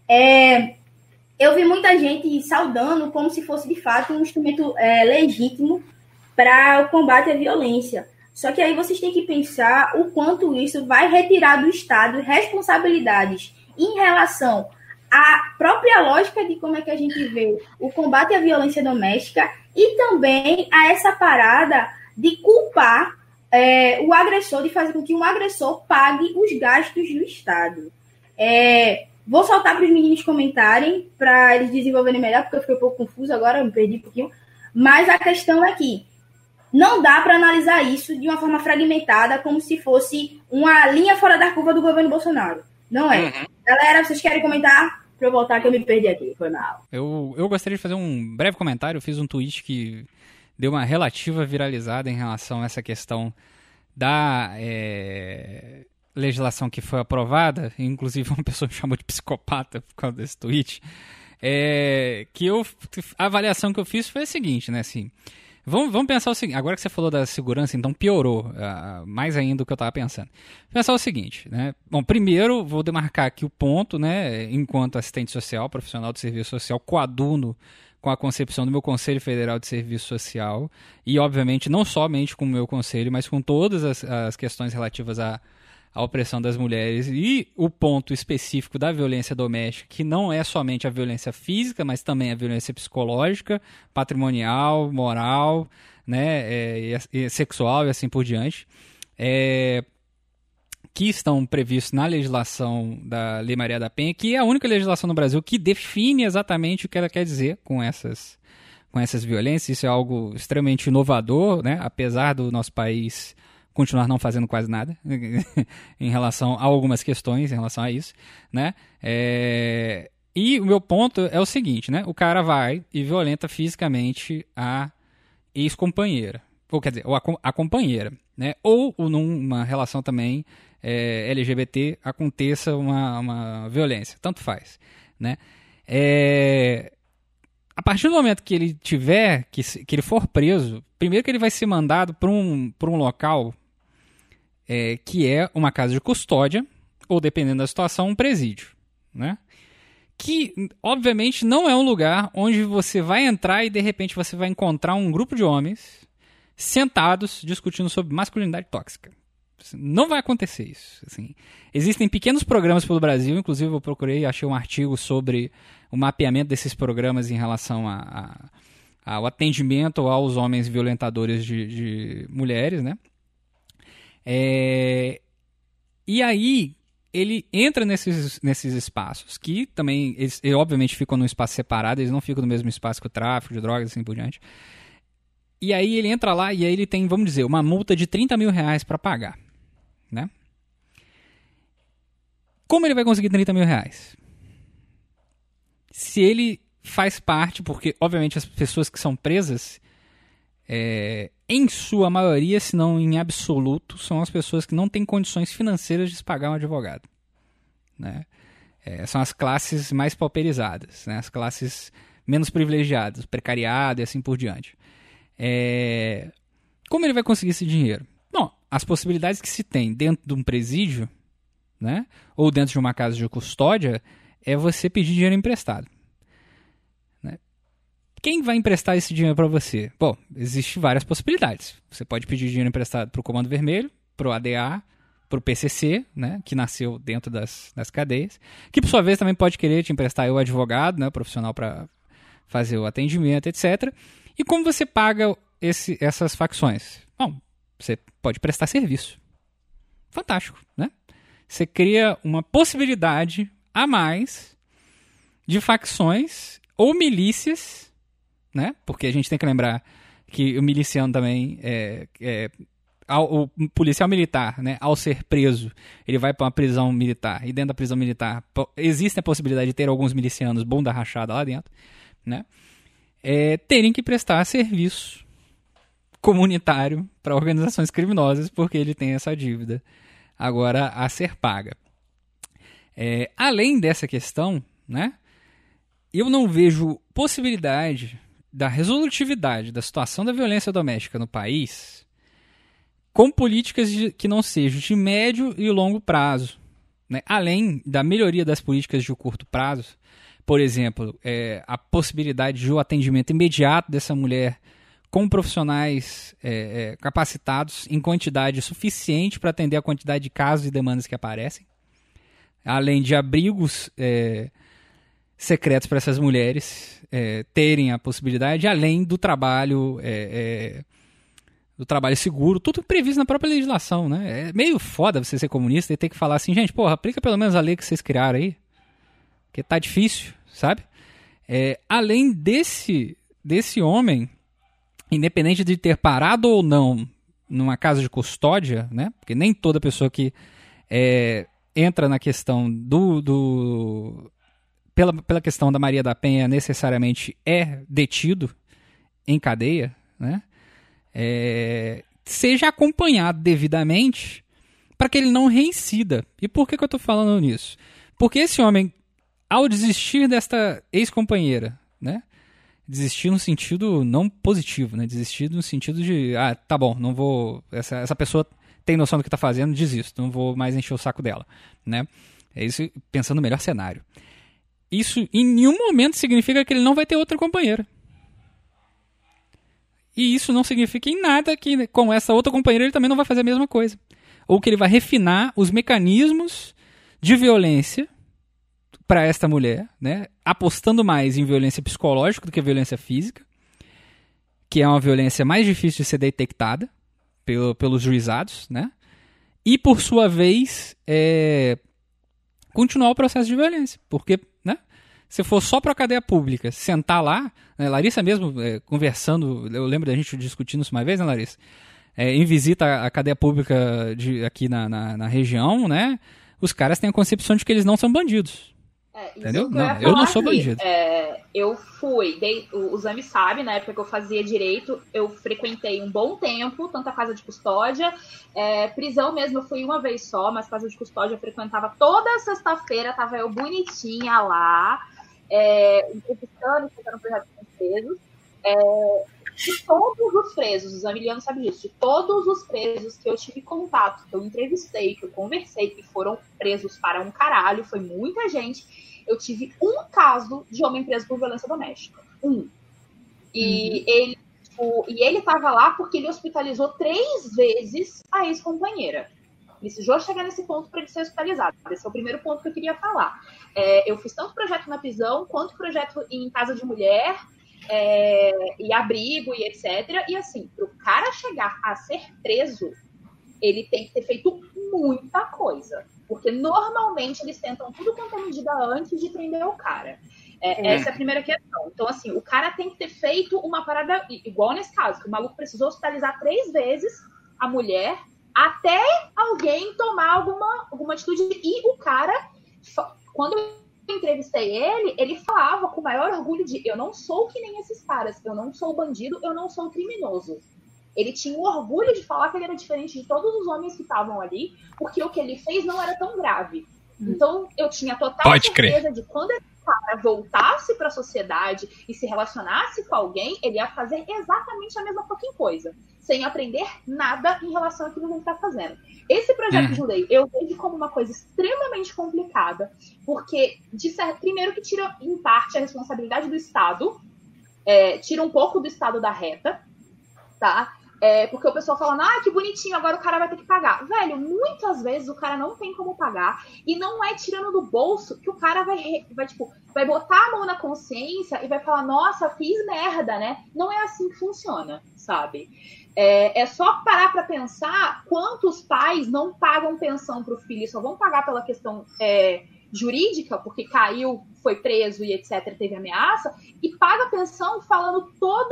Eu vi muita gente saudando como se fosse, de fato, um instrumento legítimo para o combate à violência. Só que aí vocês têm que pensar o quanto isso vai retirar do Estado responsabilidades em relação à própria lógica de como é que a gente vê o combate à violência doméstica e também a essa parada de culpar o agressor, de fazer com que um agressor pague os gastos do Estado. Vou soltar para os meninos comentarem, para eles desenvolverem melhor, porque eu fiquei um pouco confuso agora, eu me perdi um pouquinho. Mas a questão é que não dá para analisar isso de uma forma fragmentada, como se fosse uma linha fora da curva do governo Bolsonaro. Não é. Uhum. Galera, vocês querem comentar? Para eu voltar que eu me perdi aqui, foi mal. Eu gostaria de fazer um breve comentário. Eu fiz um tweet que deu uma relativa viralizada em relação a essa questão da legislação que foi aprovada. Inclusive uma pessoa me chamou de psicopata por causa desse tweet. A avaliação que eu fiz foi a seguinte, né, assim... Vamos pensar o seguinte, agora que você falou da segurança, então piorou mais ainda do que eu estava pensando. Pensar o seguinte, né? Bom, primeiro vou demarcar aqui o ponto, né? Enquanto assistente social, profissional de serviço social, coaduno com a concepção do meu Conselho Federal de Serviço Social e, obviamente, não somente com o meu conselho, mas com todas as questões relativas à opressão das mulheres e o ponto específico da violência doméstica, que não é somente a violência física, mas também a violência psicológica, patrimonial, moral, né, e sexual e assim por diante, que estão previstos na legislação da Lei Maria da Penha, que é a única legislação no Brasil que define exatamente o que ela quer dizer com essas violências. Isso é algo extremamente inovador, né, apesar do nosso país continuar não fazendo quase nada em relação a algumas questões em relação a isso, né? E o meu ponto é o seguinte, né? O cara vai e violenta fisicamente a ex-companheira. Ou quer dizer, a companheira, né? Ou numa relação também LGBT aconteça uma violência. Tanto faz, né? A partir do momento que ele tiver, que ele for preso, primeiro que ele vai ser mandado para um local que é uma casa de custódia, ou dependendo da situação, um presídio, né? Que, obviamente, não é um lugar onde você vai entrar e, de repente, você vai encontrar um grupo de homens sentados discutindo sobre masculinidade tóxica. Não vai acontecer isso. Assim. Existem pequenos programas pelo Brasil, inclusive eu procurei e achei um artigo sobre o mapeamento desses programas em relação ao atendimento aos homens violentadores de mulheres, né? E aí ele entra nesses espaços, que também, eles obviamente ficam num espaço separado, eles não ficam no mesmo espaço que o tráfico de drogas e assim por diante. E aí ele entra lá e aí ele tem, vamos dizer, uma multa de 30 mil reais para pagar, né? Como ele vai conseguir 30 mil reais? Se ele faz parte, porque obviamente as pessoas que são presas, em sua maioria, se não em absoluto, são as pessoas que não têm condições financeiras de se pagar um advogado, né? São as classes mais pauperizadas, né? As classes menos privilegiadas, precariado e assim por diante. Como ele vai conseguir esse dinheiro? Bom, as possibilidades que se tem dentro de um presídio, né, ou dentro de uma casa de custódia, é você pedir dinheiro emprestado. Né? Quem vai emprestar esse dinheiro para você? Bom, existem várias possibilidades. Você pode pedir dinheiro emprestado para o Comando Vermelho, para o ADA, para o PCC, né, que nasceu dentro das cadeias, que por sua vez também pode querer te emprestar o advogado, né, profissional para fazer o atendimento, etc. E como você paga essas facções? Bom, você pode prestar serviço. Fantástico, né? Você cria uma possibilidade a mais de facções ou milícias, né? Porque a gente tem que lembrar que o miliciano também o policial militar, né, ao ser preso, ele vai para uma prisão militar, e dentro da prisão militar existe a possibilidade de ter alguns milicianos bunda rachada lá dentro, né? Terem que prestar serviço comunitário para organizações criminosas, porque ele tem essa dívida agora a ser paga. Além dessa questão, né, eu não vejo possibilidade da resolutividade da situação da violência doméstica no país com políticas que não sejam de médio e longo prazo, né? Além da melhoria das políticas de curto prazo. Por exemplo, a possibilidade de um atendimento imediato dessa mulher com profissionais capacitados em quantidade suficiente para atender a quantidade de casos e demandas que aparecem, além de abrigos secretos para essas mulheres terem a possibilidade, além do trabalho seguro, tudo previsto na própria legislação, né? É meio foda você ser comunista e ter que falar assim, gente, porra, aplica pelo menos a lei que vocês criaram aí, porque tá difícil, sabe? Além desse homem, independente de ter parado ou não numa casa de custódia, né? Porque nem toda pessoa que entra na questão pela questão da Maria da Penha necessariamente é detido em cadeia, né? Seja acompanhado devidamente para que ele não reincida. E por que eu estou falando nisso? Porque esse homem, ao desistir desta ex-companheira, né? Desistir no sentido não positivo, né? Desistir no sentido de, tá bom, não vou... Essa pessoa tem noção do que está fazendo, desisto, não vou mais encher o saco dela, né? É isso, pensando no melhor cenário. Isso em nenhum momento significa que ele não vai ter outra companheira. E isso não significa em nada que com essa outra companheira ele também não vai fazer a mesma coisa. Ou que ele vai refinar os mecanismos de violência para esta mulher, né? Apostando mais em violência psicológica do que violência física, que é uma violência mais difícil de ser detectada pelos juizados, né? E, por sua vez, continuar o processo de violência. Porque, né? Se for só para a cadeia pública, sentar lá, né? Larissa mesmo conversando, eu lembro da gente discutindo isso uma vez, né, Larissa? Em visita à cadeia pública aqui na região, né? Os caras têm a concepção de que eles não são bandidos. Entendeu? Não, eu não sou bandido. Eu fui, o Zami sabe, na época que eu fazia direito, eu frequentei um bom tempo, tanto a casa de custódia, prisão mesmo eu fui uma vez só, mas casa de custódia eu frequentava toda sexta-feira, tava eu bonitinha lá, entrevistando, fazendo projetos com presos, de todos os presos, o Zamiliano sabe disso, de todos os presos que eu tive contato, que eu entrevistei, que eu conversei, que foram presos para um caralho, foi muita gente. Eu tive um caso de homem preso por violência doméstica. E ele estava lá porque ele hospitalizou 3 vezes a ex-companheira. Precisou chegar nesse ponto para ele ser hospitalizado. Esse é o primeiro ponto que eu queria falar. Eu fiz tanto projeto na prisão, quanto projeto em casa de mulher, e abrigo, e etc. E assim, para o cara chegar a ser preso, ele tem que ter feito muita coisa. Porque normalmente eles tentam tudo quanto é medida antes de prender o cara. Essa é a primeira questão. Então, assim, o cara tem que ter feito uma parada, igual nesse caso, que o maluco precisou hospitalizar 3 vezes a mulher até alguém tomar alguma atitude. E o cara, quando eu entrevistei ele falava com o maior orgulho de: eu não sou que nem esses caras, eu não sou bandido, eu não sou criminoso. Ele tinha o orgulho de falar que ele era diferente de todos os homens que estavam ali, porque o que ele fez não era tão grave. Então, eu tinha total certeza de quando esse cara voltasse para a sociedade e se relacionasse com alguém, ele ia fazer exatamente a mesma fucking coisa, sem aprender nada em relação àquilo que ele está fazendo. Esse projeto de lei, eu vejo como uma coisa extremamente complicada, porque, primeiro que tira, em parte, a responsabilidade do Estado, tira um pouco do Estado da reta, tá? Porque o pessoal fala, que bonitinho, agora o cara vai ter que pagar. Velho, muitas vezes o cara não tem como pagar, e não é tirando do bolso que o cara vai botar a mão na consciência e vai falar: nossa, fiz merda, né? Não é assim que funciona, sabe? É só parar pra pensar quantos pais não pagam pensão pro filho, só vão pagar pela questão jurídica, porque caiu, foi preso e etc, teve ameaça, e paga pensão falando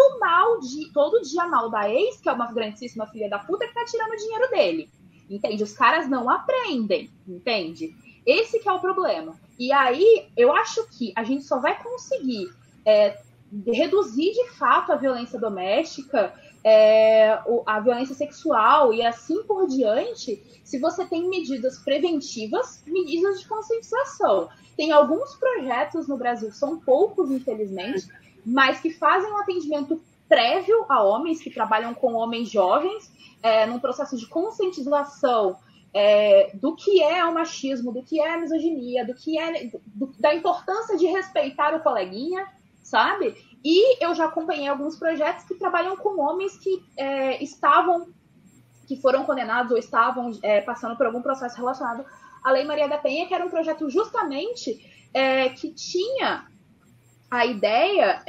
todo dia mal da ex, que é uma grandíssima filha da puta, que tá tirando o dinheiro dele, entende? Os caras não aprendem, entende? Esse que é o problema. E aí, eu acho que a gente só vai conseguir reduzir de fato a violência doméstica, a violência sexual e assim por diante, se você tem medidas preventivas, medidas de conscientização. Tem alguns projetos no Brasil, são poucos, infelizmente, mas que fazem um atendimento prévio a homens que trabalham com homens jovens, num processo de conscientização do que é o machismo, do que é a misoginia, da importância de respeitar o coleguinha, sabe? E eu já acompanhei alguns projetos que trabalham com homens que foram condenados ou estavam passando por algum processo relacionado à Lei Maria da Penha, que era um projeto justamente que tinha a ideia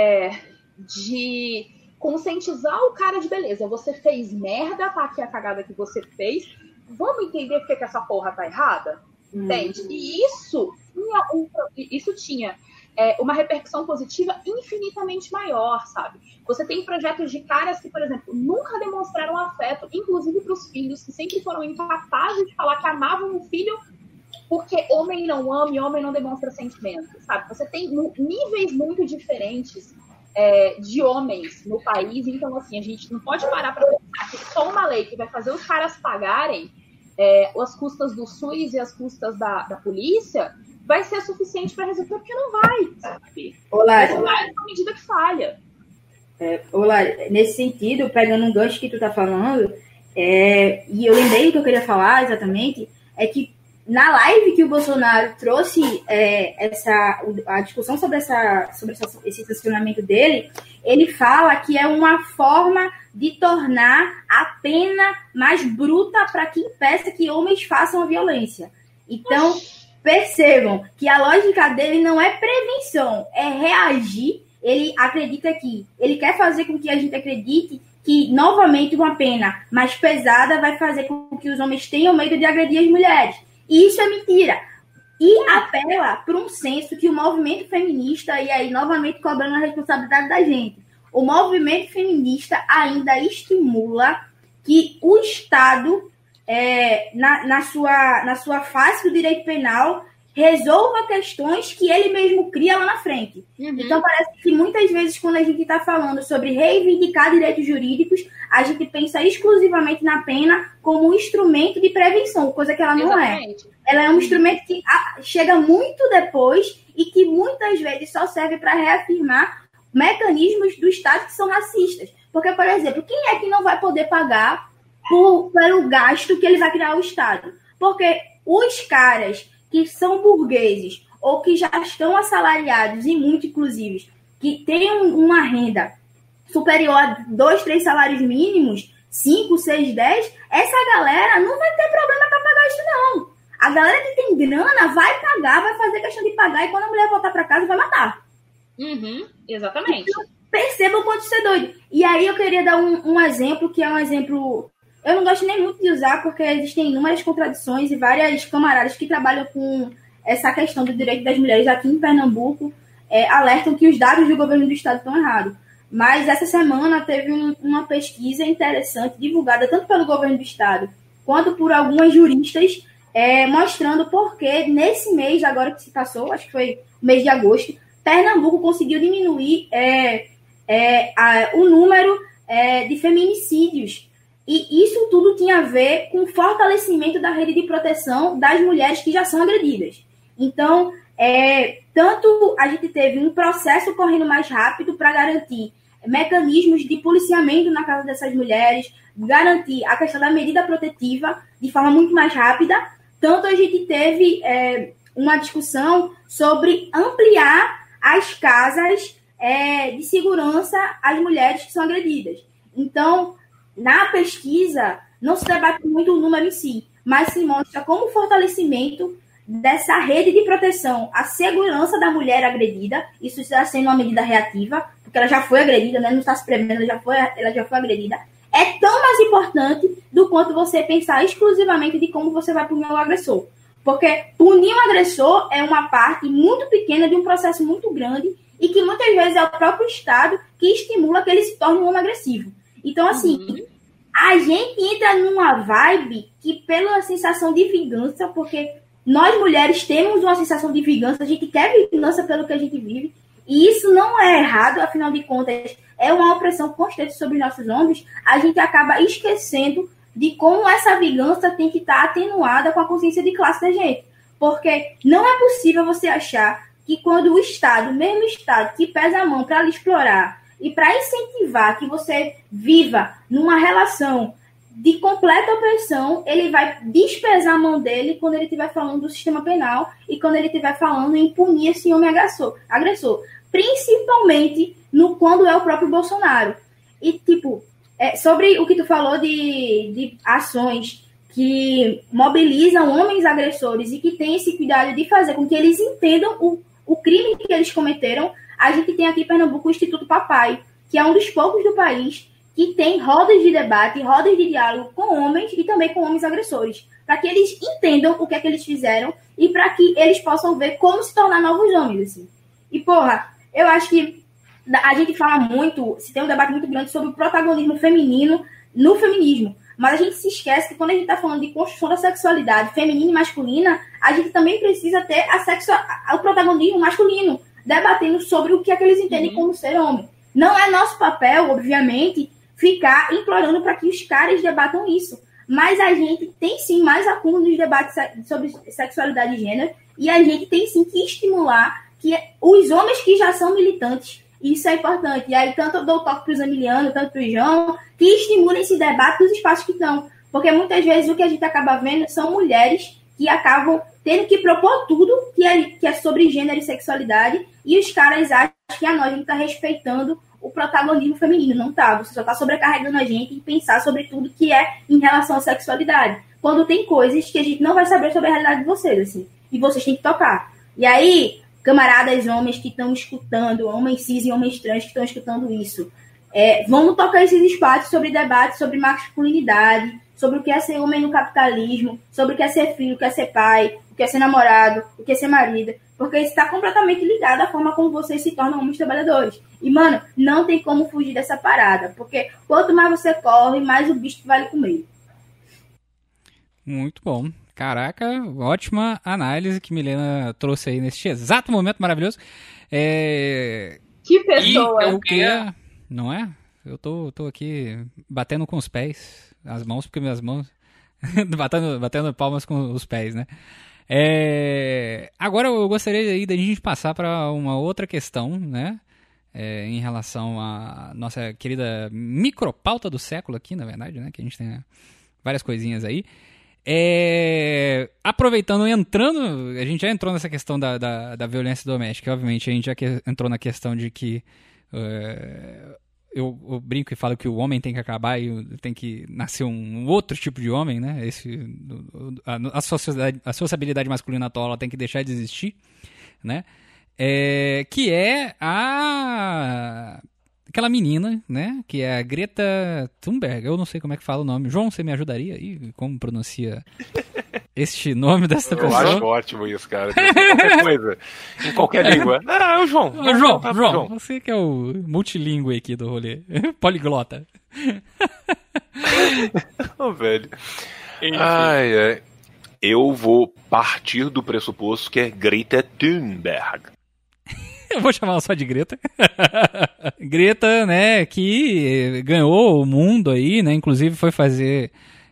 de conscientizar o cara de: beleza, você fez merda, tá aqui a cagada que você fez, vamos entender porque que essa porra tá errada? Entende? E isso tinha uma repercussão positiva infinitamente maior, sabe? Você tem projetos de caras que, por exemplo, nunca demonstraram afeto, inclusive para os filhos, que sempre foram incapazes de falar que amavam o filho, porque homem não ama e homem não demonstra sentimento, sabe? Você tem níveis muito diferentes de homens no país, então, assim, a gente não pode parar para pensar que só uma lei que vai fazer os caras pagarem as custas do SUS e as custas da polícia vai ser suficiente para resolver, porque não vai, sabe? Mas vai uma medida que falha. Olá, nesse sentido, pegando um gancho que tu tá falando, e eu lembrei o que eu queria falar exatamente, é que na live que o Bolsonaro trouxe a discussão sobre esse sancionamento dele, ele fala que é uma forma de tornar a pena mais bruta para que impeça que homens façam a violência. Então, percebam que a lógica dele não é prevenção, é reagir. Ele acredita ele quer fazer com que a gente acredite que, novamente, uma pena mais pesada vai fazer com que os homens tenham medo de agredir as mulheres. E isso é mentira. E apela para um senso que o movimento feminista, e aí, novamente, cobrando a responsabilidade da gente, o movimento feminista ainda estimula que o Estado, na sua face do direito penal, resolva questões que ele mesmo cria lá na frente. Então, parece que muitas vezes, quando a gente está falando sobre reivindicar direitos jurídicos, a gente pensa exclusivamente na pena como um instrumento de prevenção, coisa que ela não é. Ela é um instrumento que chega muito depois e que muitas vezes só serve para reafirmar mecanismos do Estado que são racistas. Porque, por exemplo, quem é que não vai poder pagar pelo gasto que ele vai criar o Estado? Porque os caras que são burgueses ou que já estão assalariados, e muito inclusive, que têm uma renda superior a 2, 3 salários mínimos, 5, 6, 10, essa galera não vai ter problema para pagar isso, não. A galera que tem grana vai pagar, vai fazer questão de pagar, e quando a mulher voltar para casa, vai matar. Exatamente. Então, perceba o quanto isso é doido. E aí eu queria dar um exemplo, que é um exemplo... Eu não gosto nem muito de usar, porque existem inúmeras contradições e várias camaradas que trabalham com essa questão do direito das mulheres aqui em Pernambuco alertam que os dados do governo do estado estão errados. Mas essa semana teve uma pesquisa interessante, divulgada tanto pelo governo do estado, quanto por algumas juristas, mostrando por que nesse mês, agora que se passou, acho que foi o mês de agosto, Pernambuco conseguiu diminuir o número de feminicídios. E isso tudo tinha a ver com o fortalecimento da rede de proteção das mulheres que já são agredidas. Então, tanto a gente teve um processo correndo mais rápido para garantir mecanismos de policiamento na casa dessas mulheres, garantir a questão da medida protetiva de forma muito mais rápida, tanto a gente teve uma discussão sobre ampliar as casas de segurança às mulheres que são agredidas. Então, na pesquisa, não se debate muito o número em si, mas se mostra como o fortalecimento dessa rede de proteção à segurança da mulher agredida, isso está sendo uma medida reativa, porque ela já foi agredida, né? Não está se prevendo, ela já foi agredida, é tão mais importante do quanto você pensar exclusivamente de como você vai punir o agressor. Porque punir o agressor é uma parte muito pequena de um processo muito grande e que muitas vezes é o próprio Estado que estimula que ele se torne um homem agressivo. Então, assim, a gente entra numa vibe que, pela sensação de vingança, porque nós mulheres temos uma sensação de vingança, a gente quer vingança pelo que a gente vive, e isso não é errado, afinal de contas, é uma opressão constante sobre nossos ombros, a gente acaba esquecendo de como essa vingança tem que estar atenuada com a consciência de classe da gente. Porque não é possível você achar que quando o Estado, mesmo o Estado, que pesa a mão para lhe explorar, e para incentivar que você viva numa relação de completa opressão, ele vai despesar a mão dele quando ele estiver falando do sistema penal e quando ele estiver falando em punir esse homem agressor. Principalmente quando é o próprio Bolsonaro. E, sobre o que tu falou de ações que mobilizam homens agressores e que têm esse cuidado de fazer com que eles entendam o crime que eles cometeram, a gente tem aqui em Pernambuco o Instituto Papai, que é um dos poucos do país que tem rodas de debate, rodas de diálogo com homens e também com homens agressores, para que eles entendam o que é que eles fizeram e para que eles possam ver como se tornar novos homens, assim. E, eu acho que a gente fala muito, se tem um debate muito grande sobre o protagonismo feminino no feminismo, mas a gente se esquece que quando a gente está falando de construção da sexualidade feminina e masculina, a gente também precisa ter o protagonismo masculino, debatendo sobre o que é que eles entendem como ser homem. Não é nosso papel, obviamente, ficar implorando para que os caras debatam isso. Mas a gente tem sim mais acúmulo nos debates sobre sexualidade e gênero, e a gente tem sim que estimular que os homens que já são militantes, isso é importante. E aí tanto eu dou toque para o Zamiliano, tanto para o João, que estimulem esse debate nos espaços que estão. Porque muitas vezes o que a gente acaba vendo são mulheres que acabam tendo que propor tudo que é sobre gênero e sexualidade, e os caras acham que a gente está respeitando o protagonismo feminino. Não tá, você só está sobrecarregando a gente em pensar sobre tudo que é em relação à sexualidade, quando tem coisas que a gente não vai saber sobre a realidade de vocês, assim, e vocês têm que tocar. E aí, camaradas homens que estão escutando, homens cis e homens trans que estão escutando isso, vamos tocar esses espaços sobre debate sobre masculinidade, sobre o que é ser homem no capitalismo, sobre o que é ser filho, o que é ser pai, o que é ser namorado, o que é ser marido, porque isso está completamente ligado à forma como vocês se tornam homens trabalhadores. E, mano, não tem como fugir dessa parada, porque quanto mais você corre, mais o bicho vai lhe comer. Muito bom. Caraca, ótima análise que Milena trouxe aí neste exato momento maravilhoso. Que pessoa! Eu queria... Não é? Eu tô aqui batendo com os pés, as mãos, porque minhas mãos... batendo palmas com os pés, né? Agora eu gostaria aí da gente passar para uma outra questão, né? Em relação à nossa querida micropauta do século aqui, na verdade, né? Que a gente tem várias coisinhas aí. Aproveitando, a gente já entrou nessa questão da violência doméstica. Obviamente, a gente já entrou na questão de que eu brinco e falo que o homem tem que acabar e tem que nascer um outro tipo de homem, né? A sociabilidade masculina atual ela tem que deixar de existir, né? Que é aquela menina, né? Que é a Greta Thunberg. Eu não sei como é que fala o nome. João, você me ajudaria aí? Como pronuncia este nome dessa pessoa? Eu acho ótimo isso, cara. Qualquer coisa. Em qualquer língua. É o João. João, você que é o multilingüe aqui do rolê. Poliglota. Velho. Ai. Eu vou partir do pressuposto que é Greta Thunberg. Eu vou chamar ela só de Greta. Greta, né, que ganhou o mundo aí, né, inclusive foi fazer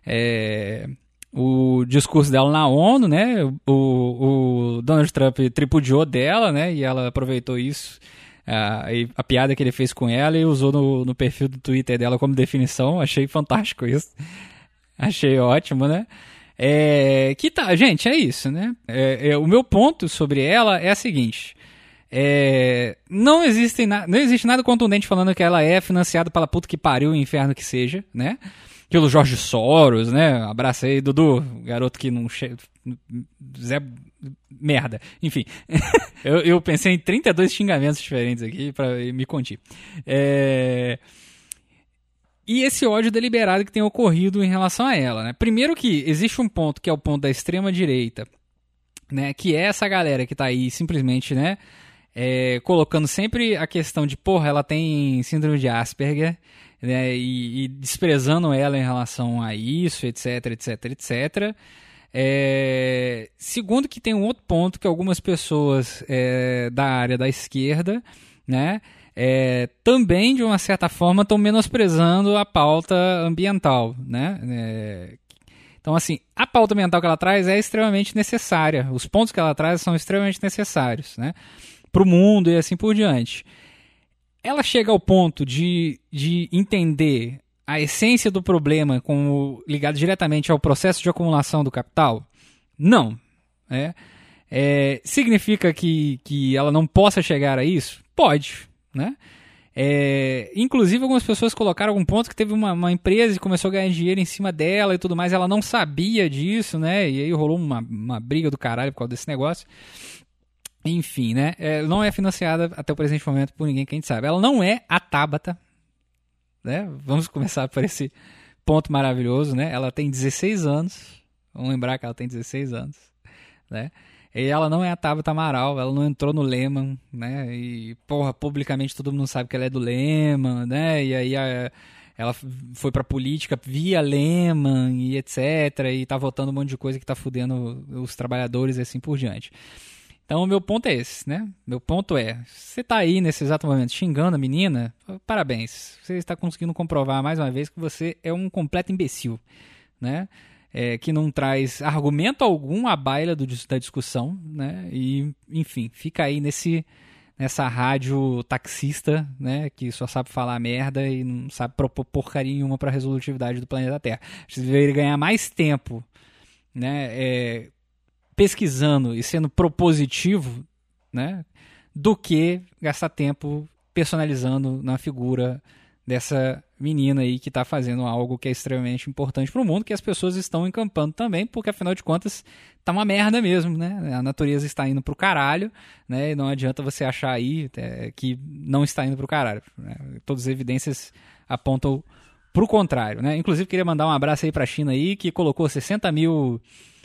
o discurso dela na ONU, né, o Donald Trump tripudiou dela, né, e ela aproveitou isso, a piada que ele fez com ela e usou no perfil do Twitter dela como definição. Achei fantástico isso. Achei ótimo, né. Que tá, gente, é isso, né, o meu ponto sobre ela é o seguinte... Não existe nada contundente falando que ela é financiada pela puta que pariu o inferno que seja, né? Pelo Jorge Soros, né? Abraço aí, Dudu, garoto que não... Zé... Merda. Enfim. eu pensei em 32 xingamentos diferentes aqui pra me conter. E esse ódio deliberado que tem ocorrido em relação a ela, né? Primeiro que existe um ponto que é o ponto da extrema-direita, né? Que é essa galera que tá aí simplesmente, né? Colocando sempre a questão de, porra, ela tem síndrome de Asperger, né, e desprezando ela em relação a isso, etc, etc, etc. Segundo que tem um outro ponto que algumas pessoas da área da esquerda, né, também, de uma certa forma, estão menosprezando a pauta ambiental, né. Então, assim, a pauta ambiental que ela traz é extremamente necessária. Os pontos que ela traz são extremamente necessários, né, para o mundo e assim por diante. Ela chega ao ponto de entender a essência do problema como ligado diretamente ao processo de acumulação do capital? Não. Significa que ela não possa chegar a isso? Pode, né? Inclusive algumas pessoas colocaram algum ponto que teve uma empresa que começou a ganhar dinheiro em cima dela e tudo mais, ela não sabia disso, né? E aí rolou uma briga do caralho por causa desse negócio. Enfim, né? Não é financiada até o presente momento por ninguém que a gente sabe. Ela não é a Tabata, né? Vamos começar por esse ponto maravilhoso, né? Ela tem 16 anos. Vamos lembrar que ela tem 16 anos, né? E ela não é a Tabata Amaral, ela não entrou no Lehman, né? E, porra, publicamente todo mundo sabe que ela é do Lehman, né? E aí ela foi pra política via Lehman e etc. E tá votando um monte de coisa que tá fudendo os trabalhadores e assim por diante. Então o meu ponto é esse, né? Meu ponto é, você tá aí nesse exato momento xingando a menina, parabéns. Você está conseguindo comprovar mais uma vez que você é um completo imbecil, né? Que não traz argumento algum à baila da discussão, né? E, enfim, fica aí nessa rádio taxista, né? Que só sabe falar merda e não sabe propor porcaria nenhuma para a resolutividade do planeta Terra. Você deveria ganhar mais tempo, né? Pesquisando e sendo propositivo, né? Do que gastar tempo personalizando na figura dessa menina aí que está fazendo algo que é extremamente importante para o mundo, que as pessoas estão encampando também, porque afinal de contas tá uma merda mesmo, né? A natureza está indo pro caralho, né? E não adianta você achar aí que não está indo pro caralho, né? Todas as evidências apontam pro contrário, né? Inclusive queria mandar um abraço aí pra China aí, que colocou 60 mil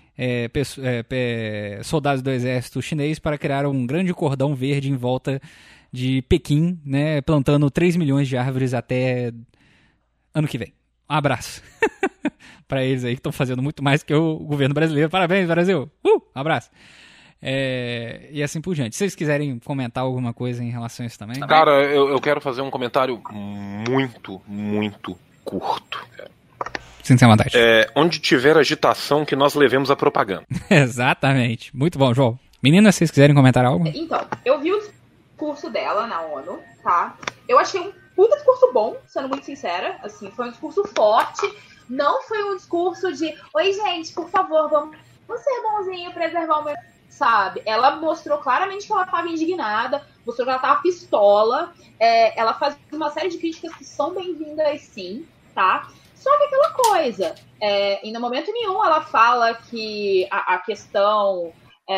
soldados do exército chinês para criar um grande cordão verde em volta de Pequim, né, plantando 3 milhões de árvores até ano que vem. Um abraço. Para eles aí que estão fazendo muito mais que o governo brasileiro. Parabéns, Brasil! Abraço! E assim por diante. Se vocês quiserem comentar alguma coisa em relação a isso também... Cara, eu quero fazer um comentário muito, muito curto. Sem ser vontade. Onde tiver agitação, que nós levemos a propaganda. Exatamente. Muito bom, João. Meninas, se vocês quiserem comentar algo? Então, eu vi o discurso dela na ONU, tá? Eu achei um puta discurso bom, sendo muito sincera. Assim, foi um discurso forte. Não foi um discurso de, oi, gente, por favor, vamos ser bonzinho, preservar o meio... Sabe? Ela mostrou claramente que ela estava indignada, mostrou que ela estava pistola. Ela faz uma série de críticas que são bem-vindas, sim, tá? Só que aquela coisa, em momento nenhum ela fala que a questão,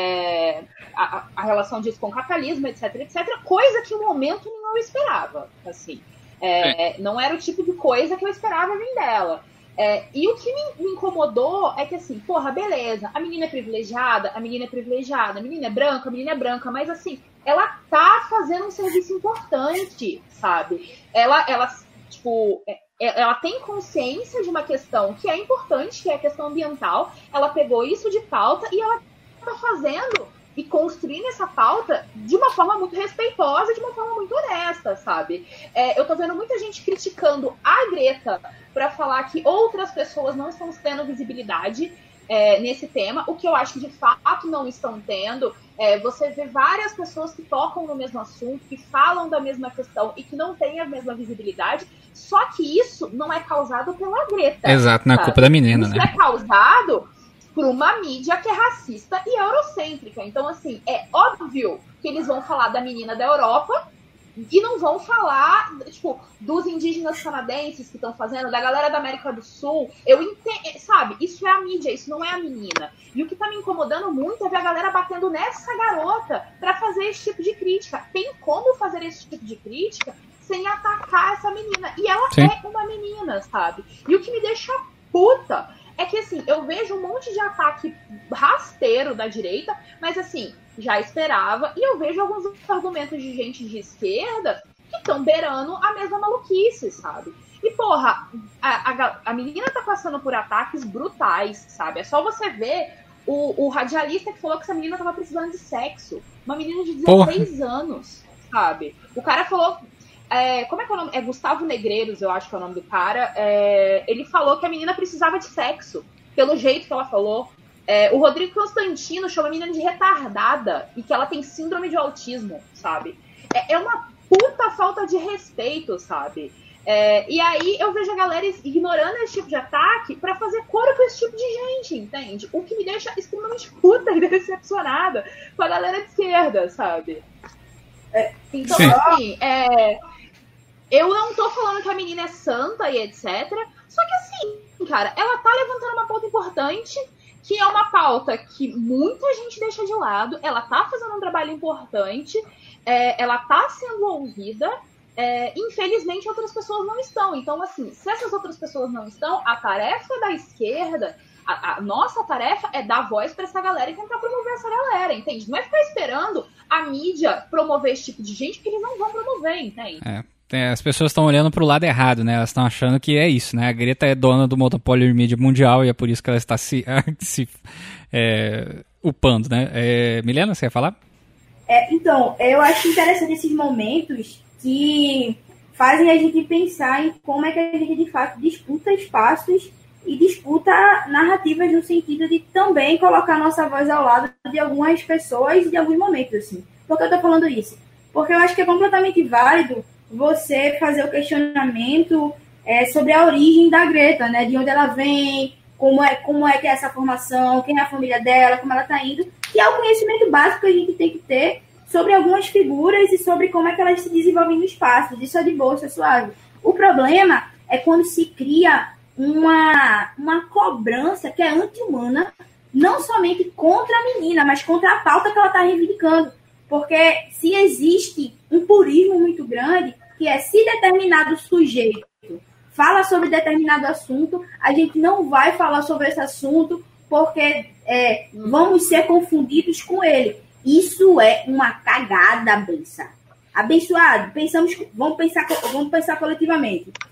a relação disso com o capitalismo, etc, coisa que em momento nenhum eu esperava, assim. Não era o tipo de coisa que eu esperava vir dela. E o que me incomodou é que, assim, porra, beleza, a menina é privilegiada, a menina é branca, mas, assim, ela tá fazendo um serviço importante, sabe? Ela tipo... Ela tem consciência de uma questão que é importante, que é a questão ambiental. Ela pegou isso de pauta e ela tá fazendo e construindo essa pauta de uma forma muito respeitosa, de uma forma muito honesta, sabe? Eu tô vendo muita gente criticando a Greta para falar que outras pessoas não estão tendo visibilidade nesse tema, o que eu acho que de fato não estão tendo. Você vê várias pessoas que tocam no mesmo assunto, que falam da mesma questão e que não têm a mesma visibilidade, só que isso não é causado pela Greta. Exato, não é culpa da menina, isso né? É causado por uma mídia que é racista e eurocêntrica. Então, assim, é óbvio que eles vão falar da menina da Europa e não vão falar, tipo, dos indígenas canadenses que estão fazendo, da galera da América do Sul. Eu entendo, sabe? Isso é a mídia, isso não é a menina. E o que tá me incomodando muito é ver a galera batendo nessa garota pra fazer esse tipo de crítica. Tem como fazer esse tipo de crítica sem atacar essa menina. E ela Sim. é uma menina, sabe? E o que me deixa puta é que, assim, eu vejo um monte de ataque rasteiro da direita, mas, assim, já esperava. E eu vejo alguns argumentos de gente de esquerda que estão beirando a mesma maluquice, sabe? E, porra, a menina tá passando por ataques brutais, sabe? É só você ver o radialista que falou que essa menina tava precisando de sexo. Uma menina de 16 anos, sabe? O cara falou... como é que é o nome? Gustavo Negreiros, eu acho que é o nome do cara. Ele falou que a menina precisava de sexo, pelo jeito que ela falou. O Rodrigo Constantino chama a menina de retardada e que ela tem síndrome de autismo, sabe? É uma puta falta de respeito, sabe? E aí eu vejo a galera ignorando esse tipo de ataque pra fazer coro com esse tipo de gente, entende? O que me deixa extremamente puta e decepcionada com a galera de esquerda, sabe? Então, Sim. assim, eu não tô falando que a menina é santa e etc. Só que assim, cara, ela tá levantando uma pauta importante, que é uma pauta que muita gente deixa de lado. Ela tá fazendo um trabalho importante, ela tá sendo ouvida. Infelizmente, outras pessoas não estão. Então, assim, se essas outras pessoas não estão, a tarefa da esquerda, a nossa tarefa é dar voz pra essa galera e tentar promover essa galera, entende? Não é ficar esperando a mídia promover esse tipo de gente, porque eles não vão promover, entende? As pessoas estão olhando pro lado errado, né? Elas estão achando que é isso, né? A Greta é dona do monopólio de mídia mundial e é por isso que ela está se upando, né? Milena, você ia falar? Então, eu acho interessante esses momentos que fazem a gente pensar em como é que a gente, de fato, disputa espaços e disputa narrativas no sentido de também colocar nossa voz ao lado de algumas pessoas e de alguns momentos, assim. Por que eu tô falando isso? Porque eu acho que é completamente válido você fazer o questionamento sobre a origem da Greta, né? De onde ela vem, como é que é essa formação, quem é a família dela, como ela tá indo, e é o conhecimento básico que a gente tem que ter sobre algumas figuras e sobre como é que elas se desenvolvem no espaço. Isso é de boa, isso é suave. O problema é quando se cria uma cobrança que é anti-humana, não somente contra a menina, mas contra a pauta que ela está reivindicando. Porque se existe um purismo muito grande, que é se determinado sujeito fala sobre determinado assunto, a gente não vai falar sobre esse assunto porque vamos ser confundidos com ele. Isso é uma cagada, abençoado. Vamos pensar coletivamente.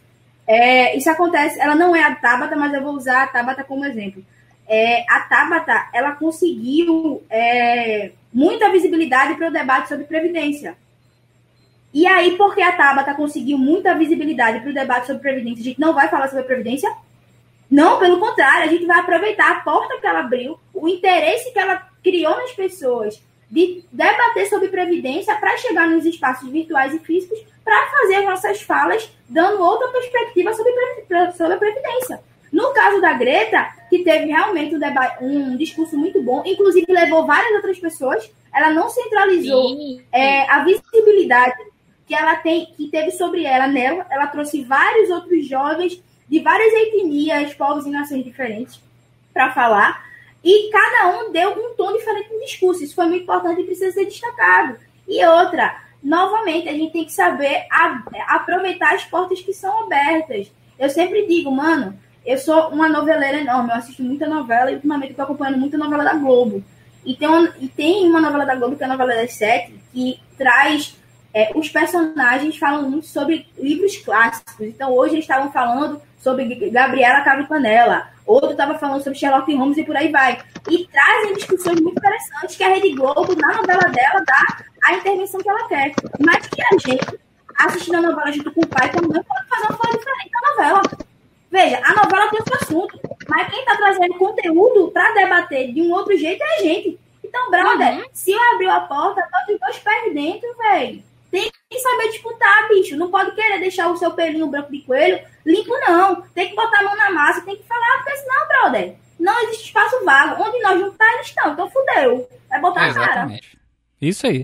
Isso acontece, ela não é a Tabata, mas eu vou usar a Tabata como exemplo. A Tabata, ela conseguiu muita visibilidade para o debate sobre Previdência. E aí, porque a Tabata conseguiu muita visibilidade para o debate sobre Previdência, a gente não vai falar sobre Previdência? Não, pelo contrário, a gente vai aproveitar a porta que ela abriu, o interesse que ela criou nas pessoas de debater sobre Previdência para chegar nos espaços virtuais e físicos para fazer nossas falas dando outra perspectiva sobre a Previdência. No caso da Greta, que teve realmente um discurso muito bom, inclusive levou várias outras pessoas, ela não centralizou a visibilidade que ela que teve sobre nela, ela trouxe vários outros jovens de várias etnias, povos e nações diferentes para falar, e cada um deu um tom diferente no discurso. Isso foi muito importante e precisa ser destacado. E outra, novamente, a gente tem que saber aproveitar as portas que são abertas. Eu sempre digo, mano, eu sou uma noveleira enorme, eu assisto muita novela e ultimamente estou acompanhando muita novela da Globo. E tem uma novela da Globo, que é a novela das 7, que traz... os personagens falam muito sobre livros clássicos. Então, hoje eles estavam falando sobre Gabriela Cabo e Canela, outro estava falando sobre Sherlock Holmes e por aí vai. E trazem discussões muito interessantes que a Rede Globo, na novela dela, dá a intervenção que ela quer. Mas que a gente, assistindo a novela junto com o pai, também pode fazer uma coisa diferente da novela. Veja, a novela tem outro assunto, mas quem está trazendo conteúdo para debater de um outro jeito é a gente. Então, brother, se eu abrir a porta, eu tô de 2 pés dentro, velho. Tem que saber disputar, bicho. Não pode querer deixar o seu pelinho branco de coelho limpo, não. Tem que botar a mão na massa, tem que falar, porque senão, brother, não existe espaço vago. Onde nós não tá, eles estão. Então, fudeu. Vai botar a cara. Exatamente. Isso aí.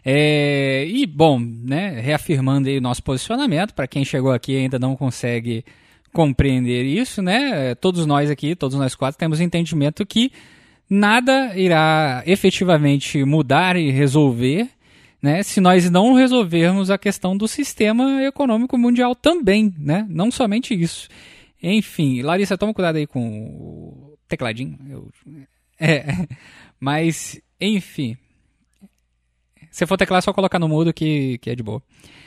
E, bom, né, reafirmando aí o nosso posicionamento, para quem chegou aqui e ainda não consegue compreender isso, né, todos nós aqui, todos nós 4, temos entendimento que nada irá efetivamente mudar e resolver, né, se nós não resolvermos a questão do sistema econômico mundial também, né? Não somente isso. Enfim, Larissa, toma cuidado aí com o tecladinho. Mas, enfim. Se for teclar, é só colocar no mudo que é de boa.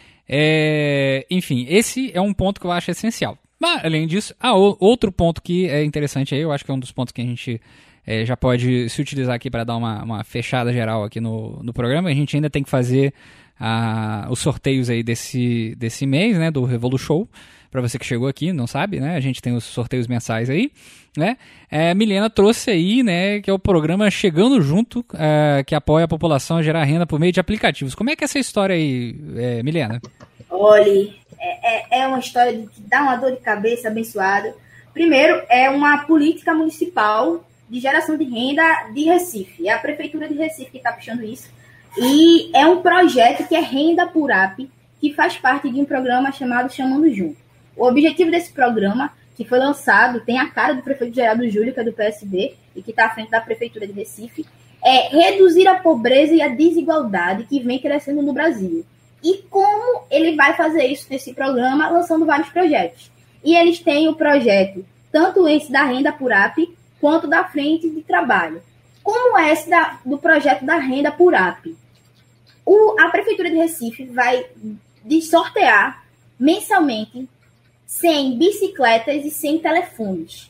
Enfim, esse é um ponto que eu acho essencial. Mas, além disso, outro ponto que é interessante aí, eu acho que é um dos pontos que a gente... já pode se utilizar aqui para dar uma fechada geral aqui no programa. A gente ainda tem que fazer os sorteios aí desse mês, né, do Revolu Show. Para você que chegou aqui, não sabe, né, a gente tem os sorteios mensais aí, né. Milena trouxe aí, né, que é o programa Chegando Junto, que apoia a população a gerar renda por meio de aplicativos. Como é que é essa história aí, Milena? Olha, é uma história que dá uma dor de cabeça abençoada. Primeiro, é uma política municipal de geração de renda de Recife. É a Prefeitura de Recife que está puxando isso. E é um projeto que é Renda por App, que faz parte de um programa chamado Chamando Junto. O objetivo desse programa, que foi lançado, tem a cara do prefeito Geraldo Júlio, que é do PSD, e que está à frente da Prefeitura de Recife, é reduzir a pobreza e a desigualdade que vem crescendo no Brasil. E como ele vai fazer isso nesse programa? Lançando vários projetos. E eles têm o projeto, tanto esse da Renda por App, quanto da frente de trabalho. Como é esse do projeto da Renda por App? A Prefeitura de Recife vai sortear mensalmente 100 bicicletas e 100 telefones.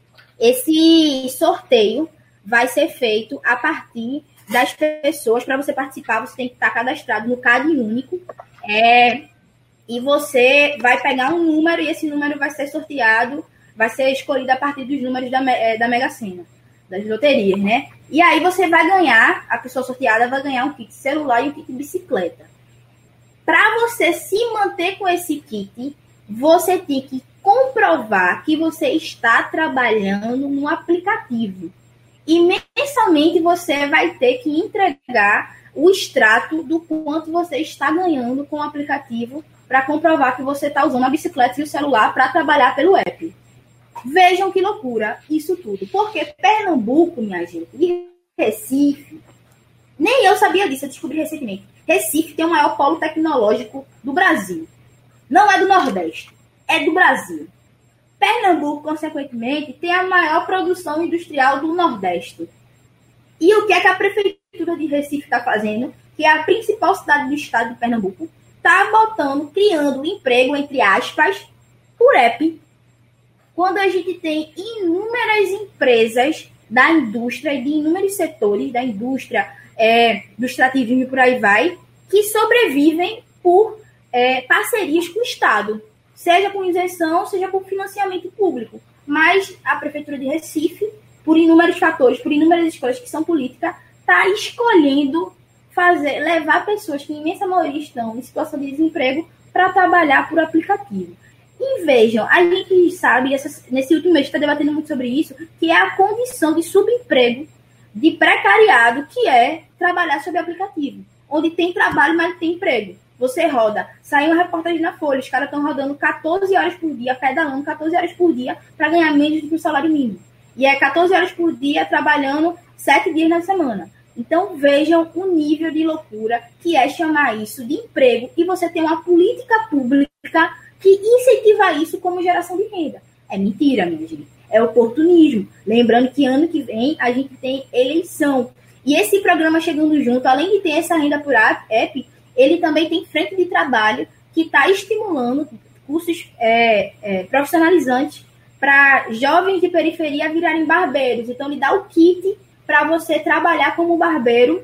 Esse sorteio vai ser feito a partir das pessoas. Para você participar, você tem que estar cadastrado no CAD único. E você vai pegar um número e esse número vai ser sorteado, vai ser escolhido a partir dos números da Mega Sena, das loterias, né? E aí você vai ganhar, a pessoa sorteada vai ganhar um kit celular e um kit bicicleta. Para você se manter com esse kit, você tem que comprovar que você está trabalhando no aplicativo. E mensalmente você vai ter que entregar o extrato do quanto você está ganhando com o aplicativo para comprovar que você está usando a bicicleta e o celular para trabalhar pelo app. Vejam que loucura isso tudo. Porque Pernambuco, minha gente, e Recife, nem eu sabia disso, eu descobri recentemente. Recife tem o maior polo tecnológico do Brasil. Não é do Nordeste, é do Brasil. Pernambuco, consequentemente, tem a maior produção industrial do Nordeste. E o que é que a Prefeitura de Recife está fazendo? Que é a principal cidade do estado de Pernambuco, está criando emprego, entre aspas, por por app, quando a gente tem inúmeras empresas da indústria e de inúmeros setores da indústria, do extrativismo e por aí vai, que sobrevivem por parcerias com o Estado, seja com isenção, seja com financiamento público. Mas a Prefeitura de Recife, por inúmeros fatores, por inúmeras escolhas que são políticas, está escolhendo levar pessoas que, em imensa maioria, estão em situação de desemprego para trabalhar por aplicativo. E vejam, a gente sabe, nesse último mês, está debatendo muito sobre isso, que é a condição de subemprego, de precariado, que é trabalhar sob aplicativo, onde tem trabalho, mas não tem emprego. Você roda, saiu uma reportagem na Folha, os caras estão rodando 14 horas por dia, pedalando 14 horas por dia para ganhar menos do que o salário mínimo. E 14 horas por dia trabalhando 7 dias na semana. Então vejam o nível de loucura que é chamar isso de emprego e você tem uma política pública que incentiva isso como geração de renda. É mentira, minha gente. É oportunismo. Lembrando que ano que vem a gente tem eleição. E esse programa Chegando Junto, além de ter essa renda por app, ele também tem frente de trabalho que está estimulando cursos profissionalizantes para jovens de periferia virarem barbeiros. Então, ele dá o kit para você trabalhar como barbeiro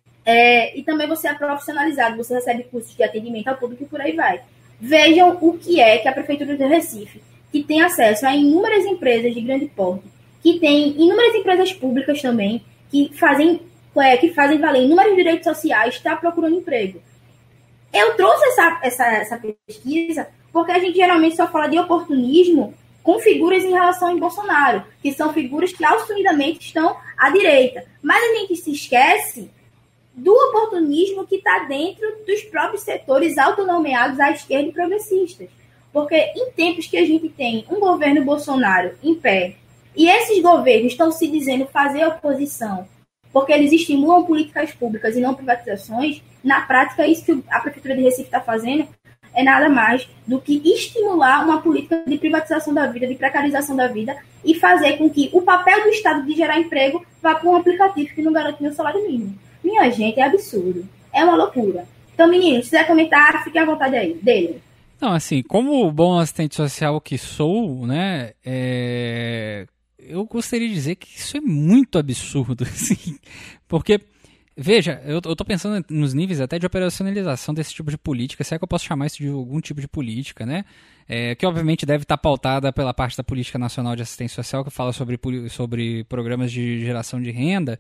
e também você é profissionalizado. Você recebe cursos de atendimento ao público e por aí vai. Vejam o que a Prefeitura de Recife, que tem acesso a inúmeras empresas de grande porte, que tem inúmeras empresas públicas também, que fazem valer inúmeros direitos sociais, está procurando emprego. Eu trouxe essa pesquisa porque a gente geralmente só fala de oportunismo com figuras em relação a Bolsonaro, que são figuras que assumidamente estão à direita. Mas a gente se esquece do oportunismo que está dentro dos próprios setores autonomeados à esquerda e progressistas. Porque em tempos que a gente tem um governo Bolsonaro em pé, e esses governos estão se dizendo fazer oposição, porque eles estimulam políticas públicas e não privatizações, na prática, isso que a Prefeitura de Recife está fazendo é nada mais do que estimular uma política de privatização da vida, de precarização da vida, e fazer com que o papel do Estado de gerar emprego vá para um aplicativo que não garante nem o salário mínimo. Minha gente, é absurdo. É uma loucura. Então, menino, se quiser comentar, fique à vontade aí, dele. Não, assim, como bom assistente social que sou, né, eu gostaria de dizer que isso é muito absurdo, assim, porque, veja, eu tô pensando nos níveis até de operacionalização desse tipo de política, se é que eu posso chamar isso de algum tipo de política, né, que obviamente deve estar pautada pela parte da Política Nacional de Assistência Social, que fala sobre programas de geração de renda,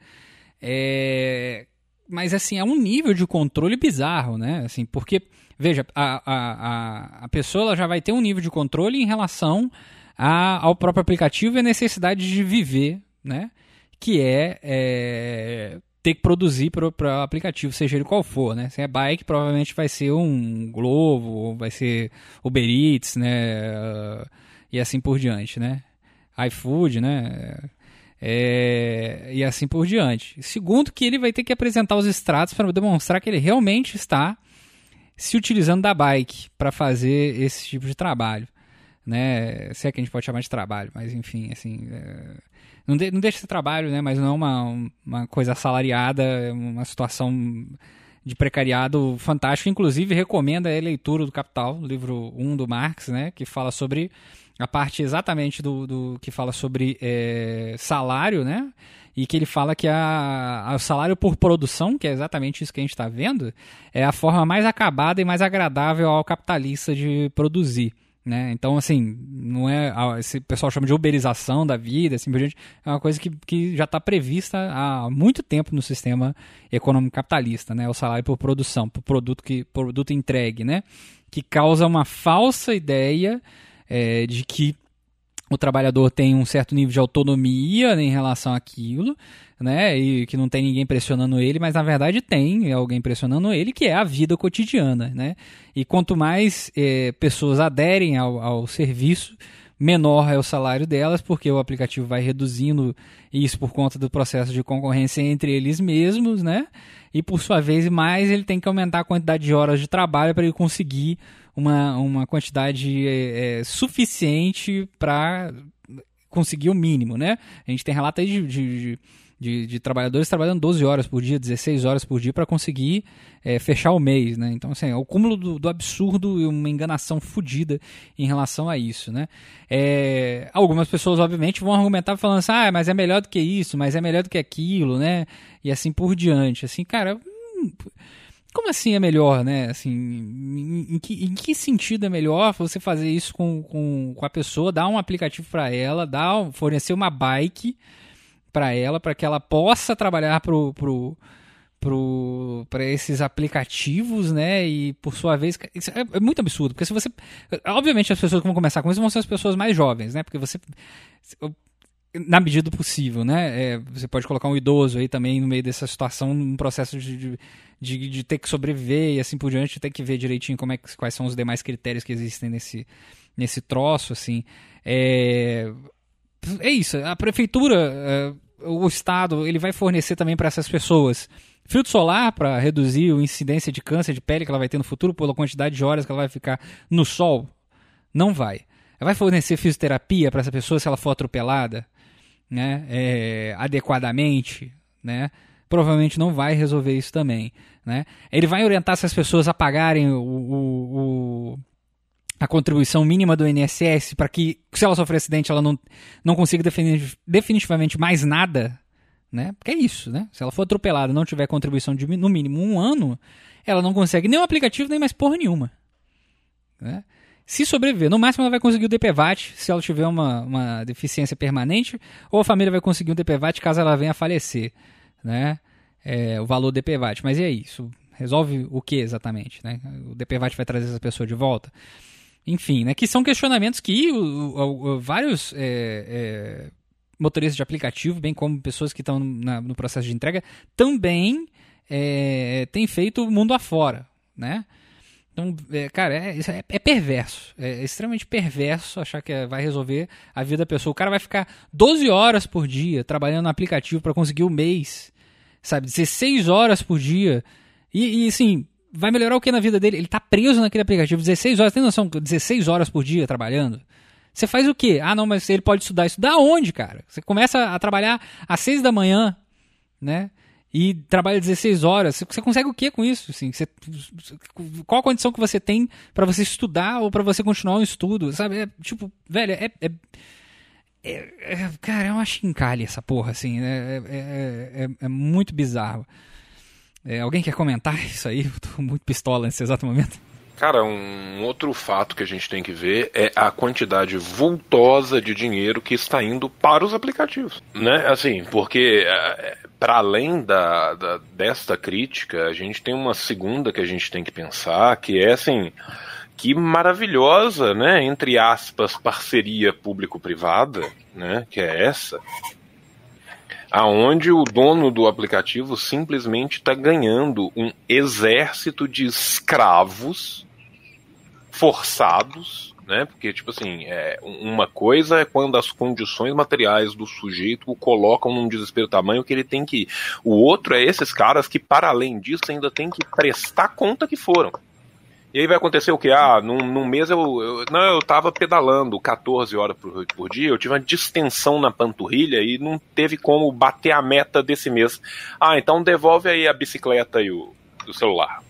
mas, assim, é um nível de controle bizarro, né, assim, porque, veja, a pessoa ela já vai ter um nível de controle em relação ao próprio aplicativo e a necessidade de viver, né? Que ter que produzir para o aplicativo, seja ele qual for, né? Se é bike, provavelmente vai ser um Glovo, vai ser Uber Eats, né? E assim por diante, né? iFood, né? E assim por diante. Segundo, que ele vai ter que apresentar os extratos para demonstrar que ele realmente está se utilizando da bike para fazer esse tipo de trabalho. Né? Se é que a gente pode chamar de trabalho, mas enfim, assim, não deixa de ser trabalho, né? Mas não é uma coisa assalariada, é uma situação de precariado fantástico. Inclusive, recomendo a leitura do Capital, livro 1 do Marx, né? Que fala sobre a parte exatamente do que fala sobre salário, né? E que ele fala que o salário por produção, que é exatamente isso que a gente está vendo, é a forma mais acabada e mais agradável ao capitalista de produzir. Né? Então, assim, não é esse pessoal chama de uberização da vida, assim por diante, é uma coisa que já está prevista há muito tempo no sistema econômico capitalista, né? O salário por produção, por produto entregue, né? Que causa uma falsa ideia de que o trabalhador tem um certo nível de autonomia, né, em relação àquilo, né, e que não tem ninguém pressionando ele, mas na verdade tem alguém pressionando ele, que é a vida cotidiana, né? E quanto mais pessoas aderem ao serviço, menor é o salário delas, porque o aplicativo vai reduzindo isso por conta do processo de concorrência entre eles mesmos, né? E por sua vez, mais ele tem que aumentar a quantidade de horas de trabalho para ele conseguir uma quantidade suficiente para conseguir o mínimo, né? A gente tem relato aí de de trabalhadores trabalhando 12 horas por dia, 16 horas por dia para conseguir fechar o mês, né? Então, assim, é o cúmulo do absurdo e uma enganação fodida em relação a isso, né? Algumas pessoas, obviamente, vão argumentar falando assim, mas é melhor do que isso, mas é melhor do que aquilo, né? E assim por diante. Assim, cara, como assim é melhor, né? Assim, em que sentido é melhor você fazer isso com a pessoa, dar um aplicativo para ela, fornecer uma bike para ela, para que ela possa trabalhar para esses aplicativos, né? E por sua vez, isso é muito absurdo, porque se você, obviamente as pessoas que vão começar com isso vão ser as pessoas mais jovens, né? Porque você, na medida do possível, né? Você pode colocar um idoso aí também no meio dessa situação, num processo de ter que sobreviver e assim por diante, ter que ver direitinho quais são os demais critérios que existem nesse troço, assim. É isso, a prefeitura, o Estado, ele vai fornecer também para essas pessoas filtro solar para reduzir a incidência de câncer de pele que ela vai ter no futuro pela quantidade de horas que ela vai ficar no sol? Não vai. Ela vai fornecer fisioterapia para essa pessoa se ela for atropelada, né, adequadamente, né? Provavelmente não vai resolver isso também, né? Ele vai orientar essas pessoas a pagarem a contribuição mínima do INSS para que, se ela sofrer acidente, ela não consiga definitivamente mais nada, né? Porque é isso, né? Se ela for atropelada e não tiver contribuição de no mínimo 1 ano, ela não consegue nem o aplicativo, nem mais porra nenhuma, né? Se sobreviver, no máximo ela vai conseguir o DPVAT se ela tiver uma deficiência permanente, ou a família vai conseguir um DPVAT caso ela venha a falecer, né? O valor do DPVAT. Mas e aí? Isso resolve o que exatamente, né? O DPVAT vai trazer essa pessoa de volta? Enfim, né? Que são questionamentos que vários motoristas de aplicativo, bem como pessoas que estão no processo de entrega, também têm feito o mundo afora, né? Então, cara, isso é perverso. É extremamente perverso achar que vai resolver a vida da pessoa. O cara vai ficar 12 horas por dia trabalhando no aplicativo para conseguir o mês, sabe? 16 horas por dia. E assim, vai melhorar o que na vida dele? Ele tá preso naquele aplicativo 16 horas. Tem noção? 16 horas por dia trabalhando. Você faz o quê? Não, mas ele pode estudar. Estudar onde, cara? Você começa a trabalhar às 6 da manhã, né? E trabalha 16 horas, você consegue o que com isso? Assim, qual a condição que você tem para você estudar ou para você continuar um estudo? Sabe? Tipo, velho, cara, é uma chincalha essa porra, assim, é muito bizarro. Alguém quer comentar isso aí? Eu tô muito pistola nesse exato momento. Cara, um outro fato que a gente tem que ver é a quantidade vultosa de dinheiro que está indo para os aplicativos, né? Assim, porque para além desta crítica, a gente tem uma segunda que a gente tem que pensar, que é assim, que maravilhosa, né? Entre aspas, parceria público-privada, né? Que é essa, aonde o dono do aplicativo simplesmente está ganhando um exército de escravos forçados, né? Porque, tipo assim, uma coisa é quando as condições materiais do sujeito o colocam num desespero tamanho que ele tem que ir. O outro é esses caras que, para além disso, ainda tem que prestar conta que foram. E aí vai acontecer o quê? Num mês eu tava pedalando 14 horas por dia, eu tive uma distensão na panturrilha e não teve como bater a meta desse mês. Então devolve aí a bicicleta e o celular.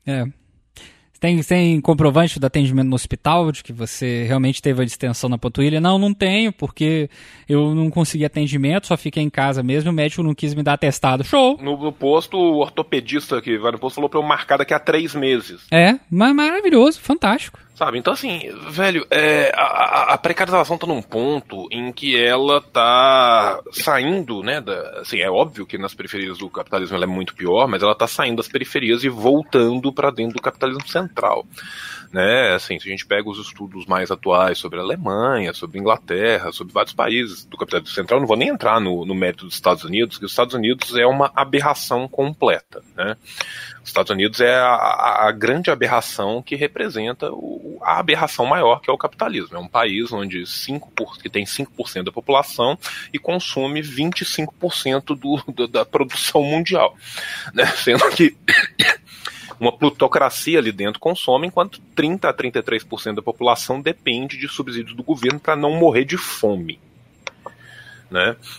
Tem comprovante do atendimento no hospital, de que você realmente teve a distensão na panturrilha? Não tenho, porque eu não consegui atendimento, só fiquei em casa mesmo, o médico não quis me dar atestado. Show! No posto, o ortopedista que vai no posto falou pra eu marcar daqui a 3 meses. Maravilhoso, fantástico. Sabe, então assim, velho, a precarização tá num ponto em que ela tá saindo, né, assim, é óbvio que nas periferias do capitalismo ela é muito pior, mas ela tá saindo das periferias e voltando para dentro do capitalismo central, né, assim, se a gente pega os estudos mais atuais sobre a Alemanha, sobre a Inglaterra, sobre vários países do capitalismo central, não vou nem entrar no mérito dos Estados Unidos, que os Estados Unidos é uma aberração completa, né. Os Estados Unidos é a grande aberração que representa a aberração maior, que é o capitalismo. É um país onde que tem 5% da população e consome 25% da produção mundial, né? Sendo que uma plutocracia ali dentro consome, enquanto 30% a 33% da população depende de subsídios do governo para não morrer de fome, né?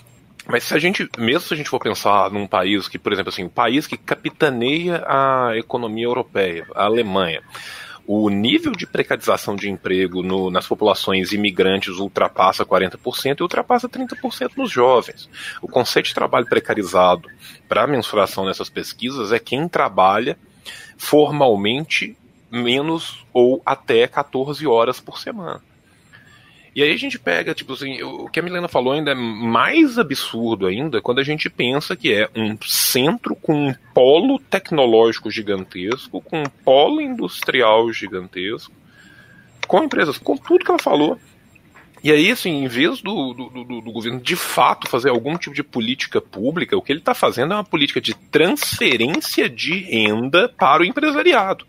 Mas mesmo se a gente for pensar num país que, por exemplo, assim, um país que capitaneia a economia europeia, a Alemanha, o nível de precarização de emprego nas populações imigrantes ultrapassa 40% e ultrapassa 30% nos jovens. O conceito de trabalho precarizado para mensuração nessas pesquisas é quem trabalha formalmente menos ou até 14 horas por semana. E aí a gente pega, tipo assim, o que a Milena falou ainda é mais absurdo ainda quando a gente pensa que é um centro com um polo tecnológico gigantesco, com um polo industrial gigantesco, com empresas, com tudo que ela falou. E aí, assim, em vez do governo de fato fazer algum tipo de política pública, o que ele está fazendo é uma política de transferência de renda para o empresariado.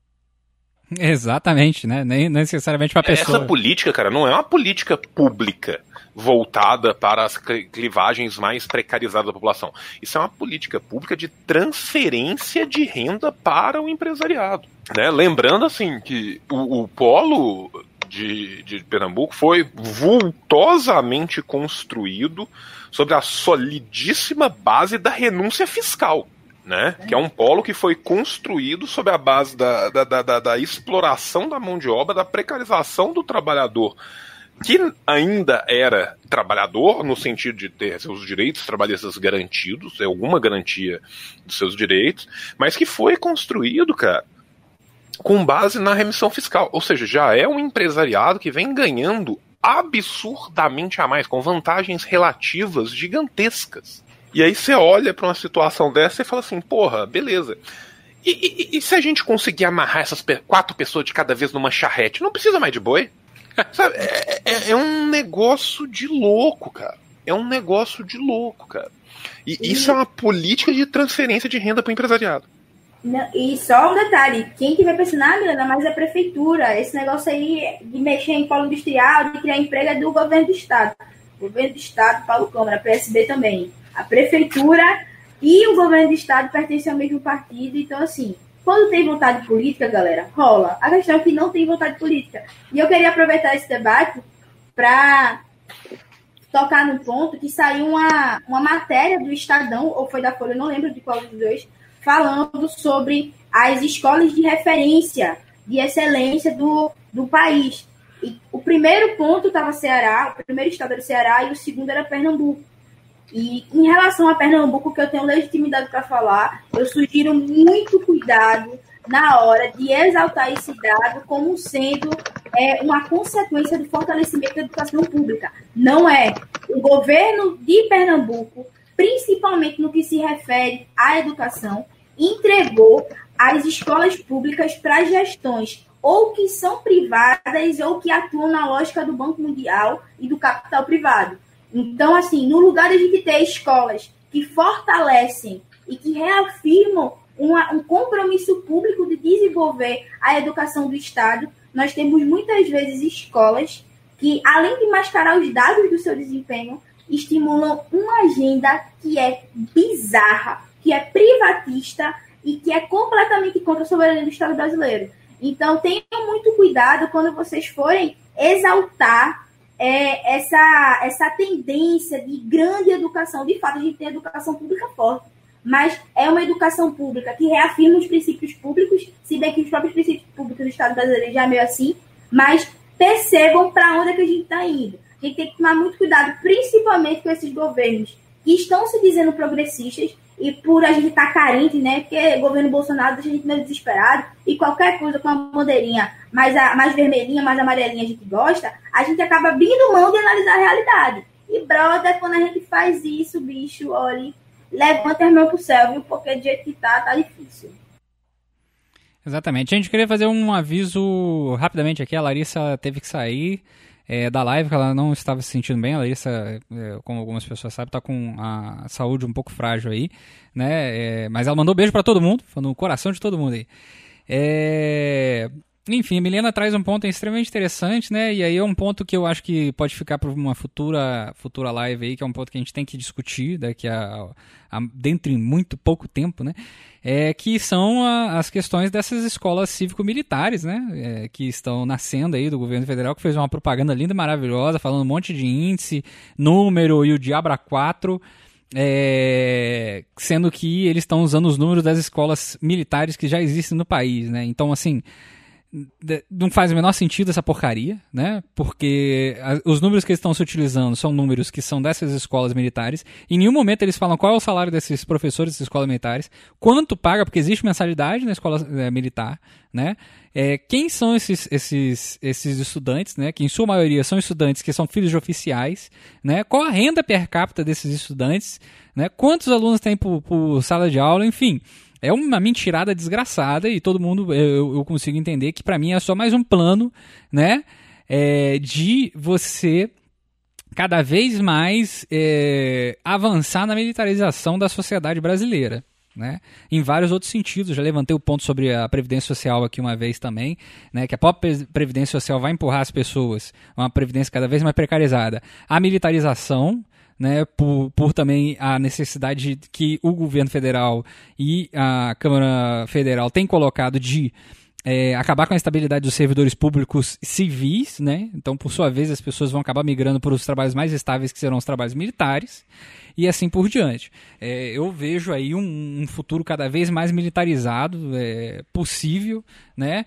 Exatamente, né? Nem necessariamente para a pessoa. Essa política, cara, não é uma política pública voltada para as clivagens mais precarizadas da população. Isso é uma política pública de transferência de renda para o empresariado. Né? Lembrando, assim, que o polo de Pernambuco foi vultosamente construído sobre a solidíssima base da renúncia fiscal. Né? Que é um polo que foi construído sob a base da exploração da mão de obra, da precarização do trabalhador, que ainda era trabalhador no sentido de ter seus direitos trabalhistas garantidos, alguma garantia dos seus direitos, mas que foi construído, cara, com base na remissão fiscal. Ou seja, já é um empresariado que vem ganhando absurdamente a mais, com vantagens relativas gigantescas. E aí você olha para uma situação dessa e fala assim, porra, beleza. E se a gente conseguir amarrar essas 4 pessoas de cada vez numa charrete? Não precisa mais de boi? Sabe? É um negócio de louco, cara. É um negócio de louco, cara. E isso é uma política de transferência de renda para o empresariado. Não, e só um detalhe, quem que vai pressionar, Milena, mas é a prefeitura. Esse negócio aí de mexer em polo industrial, de criar emprego é do governo do estado. O governo do estado, Paulo Câmara, PSB também. A prefeitura e o governo do estado pertencem ao mesmo partido. Então, assim, quando tem vontade política, galera, rola. A questão é que não tem vontade política. E eu queria aproveitar esse debate para tocar no ponto que saiu uma matéria do Estadão, ou foi da Folha, eu não lembro de qual dos dois, falando sobre as escolas de referência, de excelência do país. E o primeiro ponto estava Ceará, o primeiro estado era Ceará e o segundo era Pernambuco. E em relação a Pernambuco, que eu tenho legitimidade para falar, eu sugiro muito cuidado na hora de exaltar esse dado como sendo uma consequência do fortalecimento da educação pública. Não é. O governo de Pernambuco, principalmente no que se refere à educação, entregou as escolas públicas para gestões ou que são privadas ou que atuam na lógica do Banco Mundial e do capital privado. Então, assim, no lugar de a gente ter escolas que fortalecem e que reafirmam um compromisso público de desenvolver a educação do Estado, nós temos muitas vezes escolas que, além de mascarar os dados do seu desempenho, estimulam uma agenda que é bizarra, que é privatista e que é completamente contra a soberania do Estado brasileiro. Então, tenham muito cuidado quando vocês forem exaltar essa tendência de grande educação. De fato, a gente tem educação pública forte, mas é uma educação pública que reafirma os princípios públicos, se bem que os próprios princípios públicos do Estado brasileiro já é meio assim, mas percebam para onde é que a gente está indo. A gente tem que tomar muito cuidado, principalmente com esses governos que estão se dizendo progressistas, e por a gente estar carente, né? Porque o governo Bolsonaro deixa a gente meio desesperado, e qualquer coisa com a bandeirinha mais vermelhinha, mais amarelinha a gente gosta, a gente acaba abrindo mão de analisar a realidade. E, brother, quando a gente faz isso, bicho, olha, levanta as mãos pro céu, viu? Porque do jeito que tá difícil. Exatamente. A gente queria fazer um aviso rapidamente aqui. A Larissa teve que sair da live, que ela não estava se sentindo bem. A Larissa, como algumas pessoas sabem, está com a saúde um pouco frágil aí, né? Mas ela mandou beijo para todo mundo, no coração de todo mundo aí. Enfim, a Milena traz um ponto extremamente interessante, né? E aí é um ponto que eu acho que pode ficar para uma futura live aí, que é um ponto que a gente tem que discutir daqui dentro em muito pouco tempo, né? Que são as questões dessas escolas cívico-militares, né? Que estão nascendo aí do governo federal, que fez uma propaganda linda e maravilhosa, falando um monte de índice, número e o diabra 4, sendo que eles estão usando os números das escolas militares que já existem no país, né? Então, assim, não faz o menor sentido essa porcaria, né? Porque os números que eles estão se utilizando são números que são dessas escolas militares. Em nenhum momento eles falam qual é o salário desses professores dessas escolas militares, quanto paga, porque existe mensalidade na escola militar, né? Quem são esses estudantes, né? Que em sua maioria são estudantes que são filhos de oficiais, né? Qual a renda per capita desses estudantes, né? Quantos alunos tem por sala de aula, enfim. É uma mentirada desgraçada e todo mundo, eu consigo entender que pra mim é só mais um plano, né, de você cada vez mais avançar na militarização da sociedade brasileira, né, em vários outros sentidos. Já levantei o ponto sobre a Previdência Social aqui uma vez também, né, que a própria Previdência Social vai empurrar as pessoas a uma Previdência cada vez mais precarizada, a militarização, né, por também a necessidade que o governo federal e a Câmara Federal têm colocado de acabar com a estabilidade dos servidores públicos civis, né? Então, por sua vez, as pessoas vão acabar migrando para os trabalhos mais estáveis, que serão os trabalhos militares, e assim por diante. Eu vejo aí um futuro cada vez mais militarizado possível, né?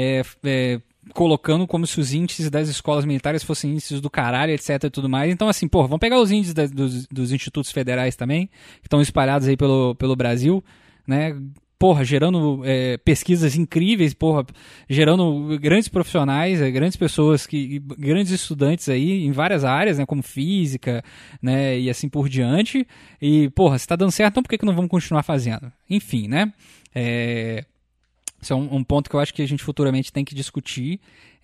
Colocando como se os índices das escolas militares fossem índices do caralho, etc e tudo mais. Então, assim, vamos pegar os índices dos institutos federais também, que estão espalhados aí pelo Brasil, né? Gerando pesquisas incríveis, gerando grandes profissionais, grandes pessoas, grandes estudantes aí em várias áreas, né? Como física, né? E assim por diante. E, se tá dando certo, então por que não vamos continuar fazendo? Enfim, né? Isso é um ponto que eu acho que a gente futuramente tem que discutir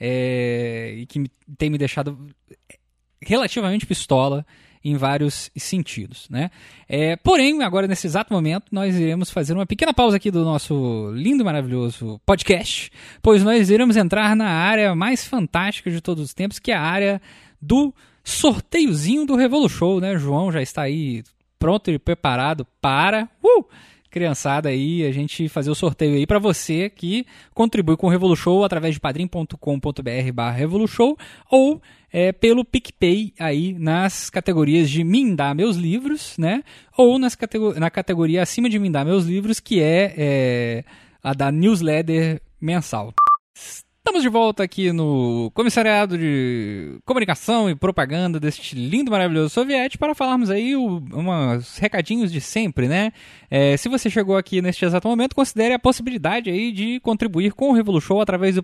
e que tem me deixado relativamente pistola em vários sentidos, né? Porém, agora nesse exato momento, nós iremos fazer uma pequena pausa aqui do nosso lindo e maravilhoso podcast, pois nós iremos entrar na área mais fantástica de todos os tempos, que é a área do sorteiozinho do Revolushow, né? O João já está aí pronto e preparado para... criançada aí, a gente fazer o sorteio aí para você que contribui com o Revolushow através de padrim.com.br/Revolushow ou pelo PicPay aí nas categorias de Mim Dá Meus Livros, né? Ou na categoria acima de Mim Dá Meus Livros, que é a da newsletter mensal. Estamos de volta aqui no Comissariado de Comunicação e Propaganda deste lindo e maravilhoso soviético para falarmos aí uns recadinhos de sempre, né? Se você chegou aqui neste exato momento, considere a possibilidade aí de contribuir com o Revolushow através do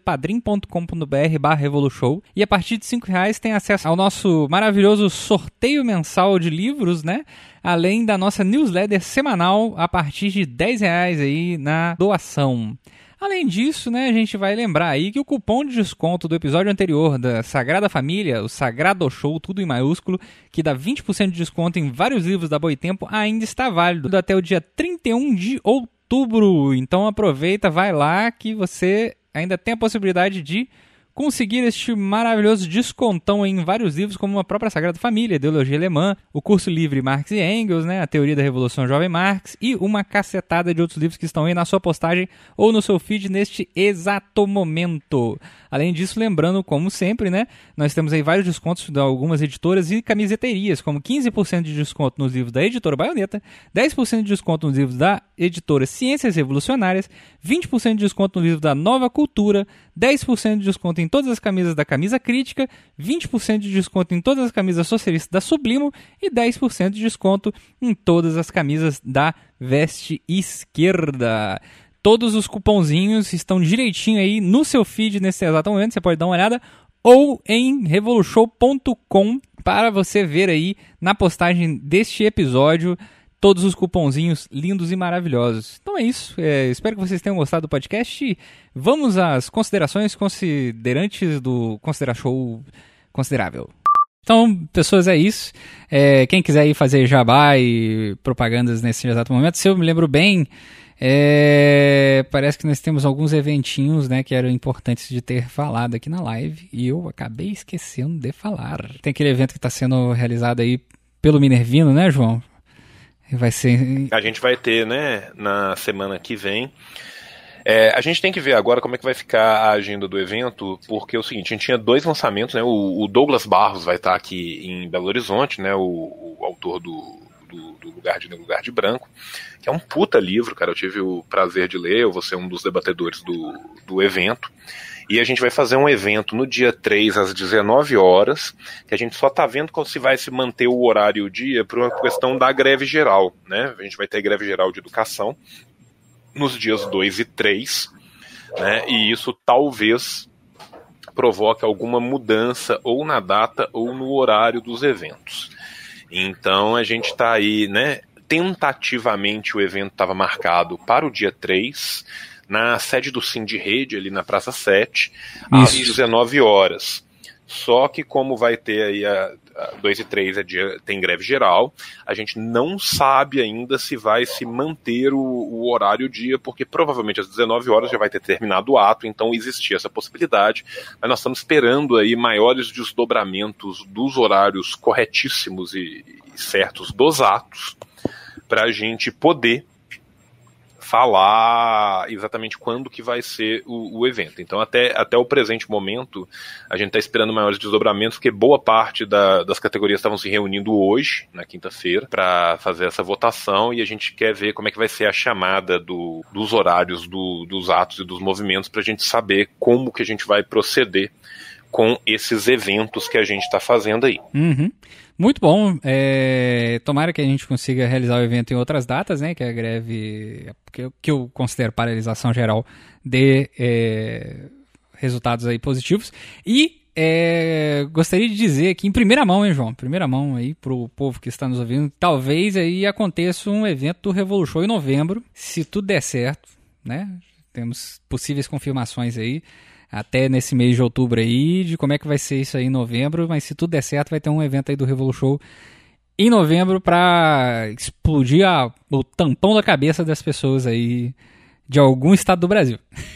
padrim.com.br/Revolushow, e a partir de R$5 tem acesso ao nosso maravilhoso sorteio mensal de livros, né? Além da nossa newsletter semanal a partir de R$10 aí na doação. Além disso, né, a gente vai lembrar aí que o cupom de desconto do episódio anterior da Sagrada Família, o Sagrado Show, tudo em maiúsculo, que dá 20% de desconto em vários livros da Boitempo, ainda está válido até o dia 31 de outubro. Então aproveita, vai lá que você ainda tem a possibilidade de conseguir este maravilhoso descontão em vários livros, como a própria Sagrada Família, Ideologia Alemã, o curso livre Marx e Engels, né, a Teoria da Revolução Jovem Marx e uma cacetada de outros livros que estão aí na sua postagem ou no seu feed neste exato momento. Além disso, lembrando, como sempre, né, nós temos aí vários descontos de algumas editoras e camiseterias, como 15% de desconto nos livros da editora Baioneta, 10% de desconto nos livros da editora Ciências Revolucionárias, 20% de desconto no livro da Nova Cultura, 10% de desconto em todas as camisas da Camisa Crítica, 20% de desconto em todas as camisas socialistas da Sublimo e 10% de desconto em todas as camisas da Veste Esquerda. Todos os cupomzinhos estão direitinho aí no seu feed nesse exato momento, você pode dar uma olhada, ou em revolushow.com para você ver aí na postagem deste episódio todos os cupomzinhos lindos e maravilhosos. Então é isso, espero que vocês tenham gostado do podcast e vamos às considerações considerantes do Considera Show Considerável. Então, pessoas, é isso. Quem quiser ir fazer jabá e propagandas nesse exato momento, se eu me lembro bem, Parece que nós temos alguns eventinhos, né, que eram importantes de ter falado aqui na live e eu acabei esquecendo de falar. Tem aquele evento que está sendo realizado aí pelo Minervino, né, João? Vai ser... A gente vai ter, né, na semana que vem. A gente tem que ver agora como é que vai ficar a agenda do evento, porque é o seguinte, a gente tinha 2 lançamentos, né, o Douglas Barros vai estar aqui em Belo Horizonte, né, o autor do Lugar de Negro, Lugar de Branco, que é um puta livro, cara, eu tive o prazer de ler, eu vou ser um dos debatedores do evento, e a gente vai fazer um evento no dia 3 às 19 horas, que a gente só tá vendo se vai se manter o horário e o dia por uma questão da greve geral, né, a gente vai ter greve geral de educação nos dias 2 e 3, né, e isso talvez provoque alguma mudança ou na data ou no horário dos eventos. Então a gente está aí, né, tentativamente o evento estava marcado para o dia 3, na sede do Sindirrede, ali na Praça 7, às 19 horas. Só que como vai ter aí a 2 e 3 tem greve geral, a gente não sabe ainda se vai se manter o horário dia, porque provavelmente às 19 horas já vai ter terminado o ato, então existia essa possibilidade, mas nós estamos esperando aí maiores desdobramentos dos horários corretíssimos e certos dos atos, para a gente poder falar exatamente quando que vai ser o evento. Então até o presente momento a gente está esperando maiores desdobramentos, porque boa parte das categorias estavam se reunindo hoje, na quinta-feira, para fazer essa votação, e a gente quer ver como é que vai ser a chamada dos horários dos atos e dos movimentos, para a gente saber como que a gente vai proceder com esses eventos que a gente está fazendo aí. Uhum. Muito bom. Tomara que a gente consiga realizar o evento em outras datas, né? Que a greve, que eu considero paralisação geral, dê resultados aí positivos. E gostaria de dizer aqui em primeira mão, hein, João? Primeira mão aí pro povo que está nos ouvindo. Talvez aí aconteça um evento do Revolution em novembro, se tudo der certo, né? Temos possíveis confirmações aí até nesse mês de outubro aí, de como é que vai ser isso aí em novembro, mas se tudo der certo, vai ter um evento aí do Revolution em novembro para explodir o tampão da cabeça das pessoas aí de algum estado do Brasil.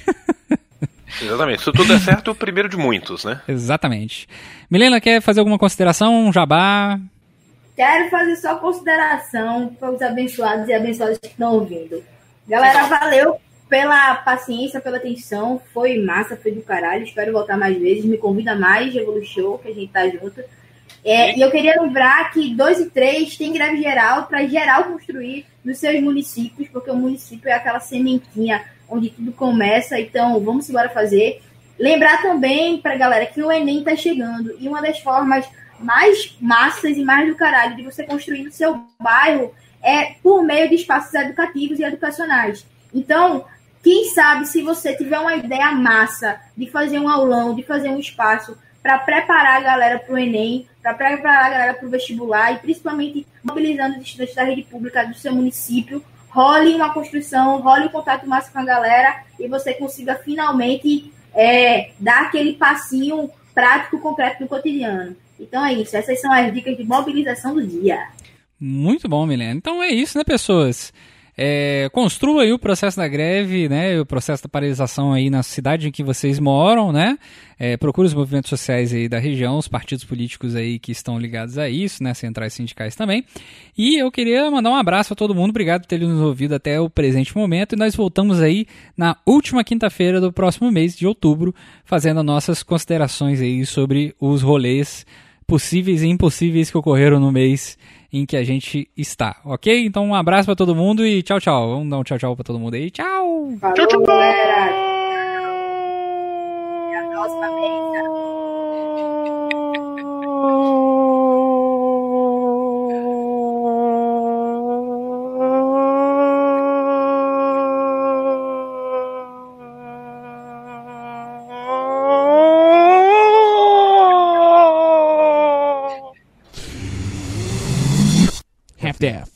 Exatamente, se tudo der certo, o primeiro de muitos, né? Exatamente. Milena, quer fazer alguma consideração, jabá? Quero fazer só consideração para os abençoados e abençoadas que estão ouvindo. Galera, valeu pela paciência, pela atenção, foi massa, foi do caralho, espero voltar mais vezes, me convida mais, Revolution, que a gente tá junto. E eu queria lembrar que 2 e 3 tem greve geral para geral construir nos seus municípios, porque o município é aquela sementinha onde tudo começa, então vamos embora fazer. Lembrar também pra galera que o Enem tá chegando, e uma das formas mais massas e mais do caralho de você construir no seu bairro é por meio de espaços educativos e educacionais. Então, quem sabe se você tiver uma ideia massa de fazer um aulão, de fazer um espaço para preparar a galera para o Enem, para preparar a galera para o vestibular e principalmente mobilizando os estudantes da rede pública do seu município, role uma construção, role um contato massa com a galera e você consiga finalmente dar aquele passinho prático, concreto no cotidiano. Então é isso, essas são as dicas de mobilização do dia. Muito bom, Milena. Então é isso, né, pessoas? Construa aí o processo da greve, né, o processo da paralisação aí na cidade em que vocês moram, né, procure os movimentos sociais aí da região, os partidos políticos aí que estão ligados a isso, né, centrais sindicais também, e eu queria mandar um abraço a todo mundo, obrigado por ter nos ouvido até o presente momento, e nós voltamos aí na última quinta-feira do próximo mês de outubro, fazendo nossas considerações aí sobre os rolês possíveis e impossíveis que ocorreram no mês em que a gente está, ok? Então um abraço pra todo mundo e tchau, tchau. Vamos dar um tchau, tchau pra todo mundo aí. Tchau! Falou, tchau, tchau, galera! Até a próxima vez. Half-Death.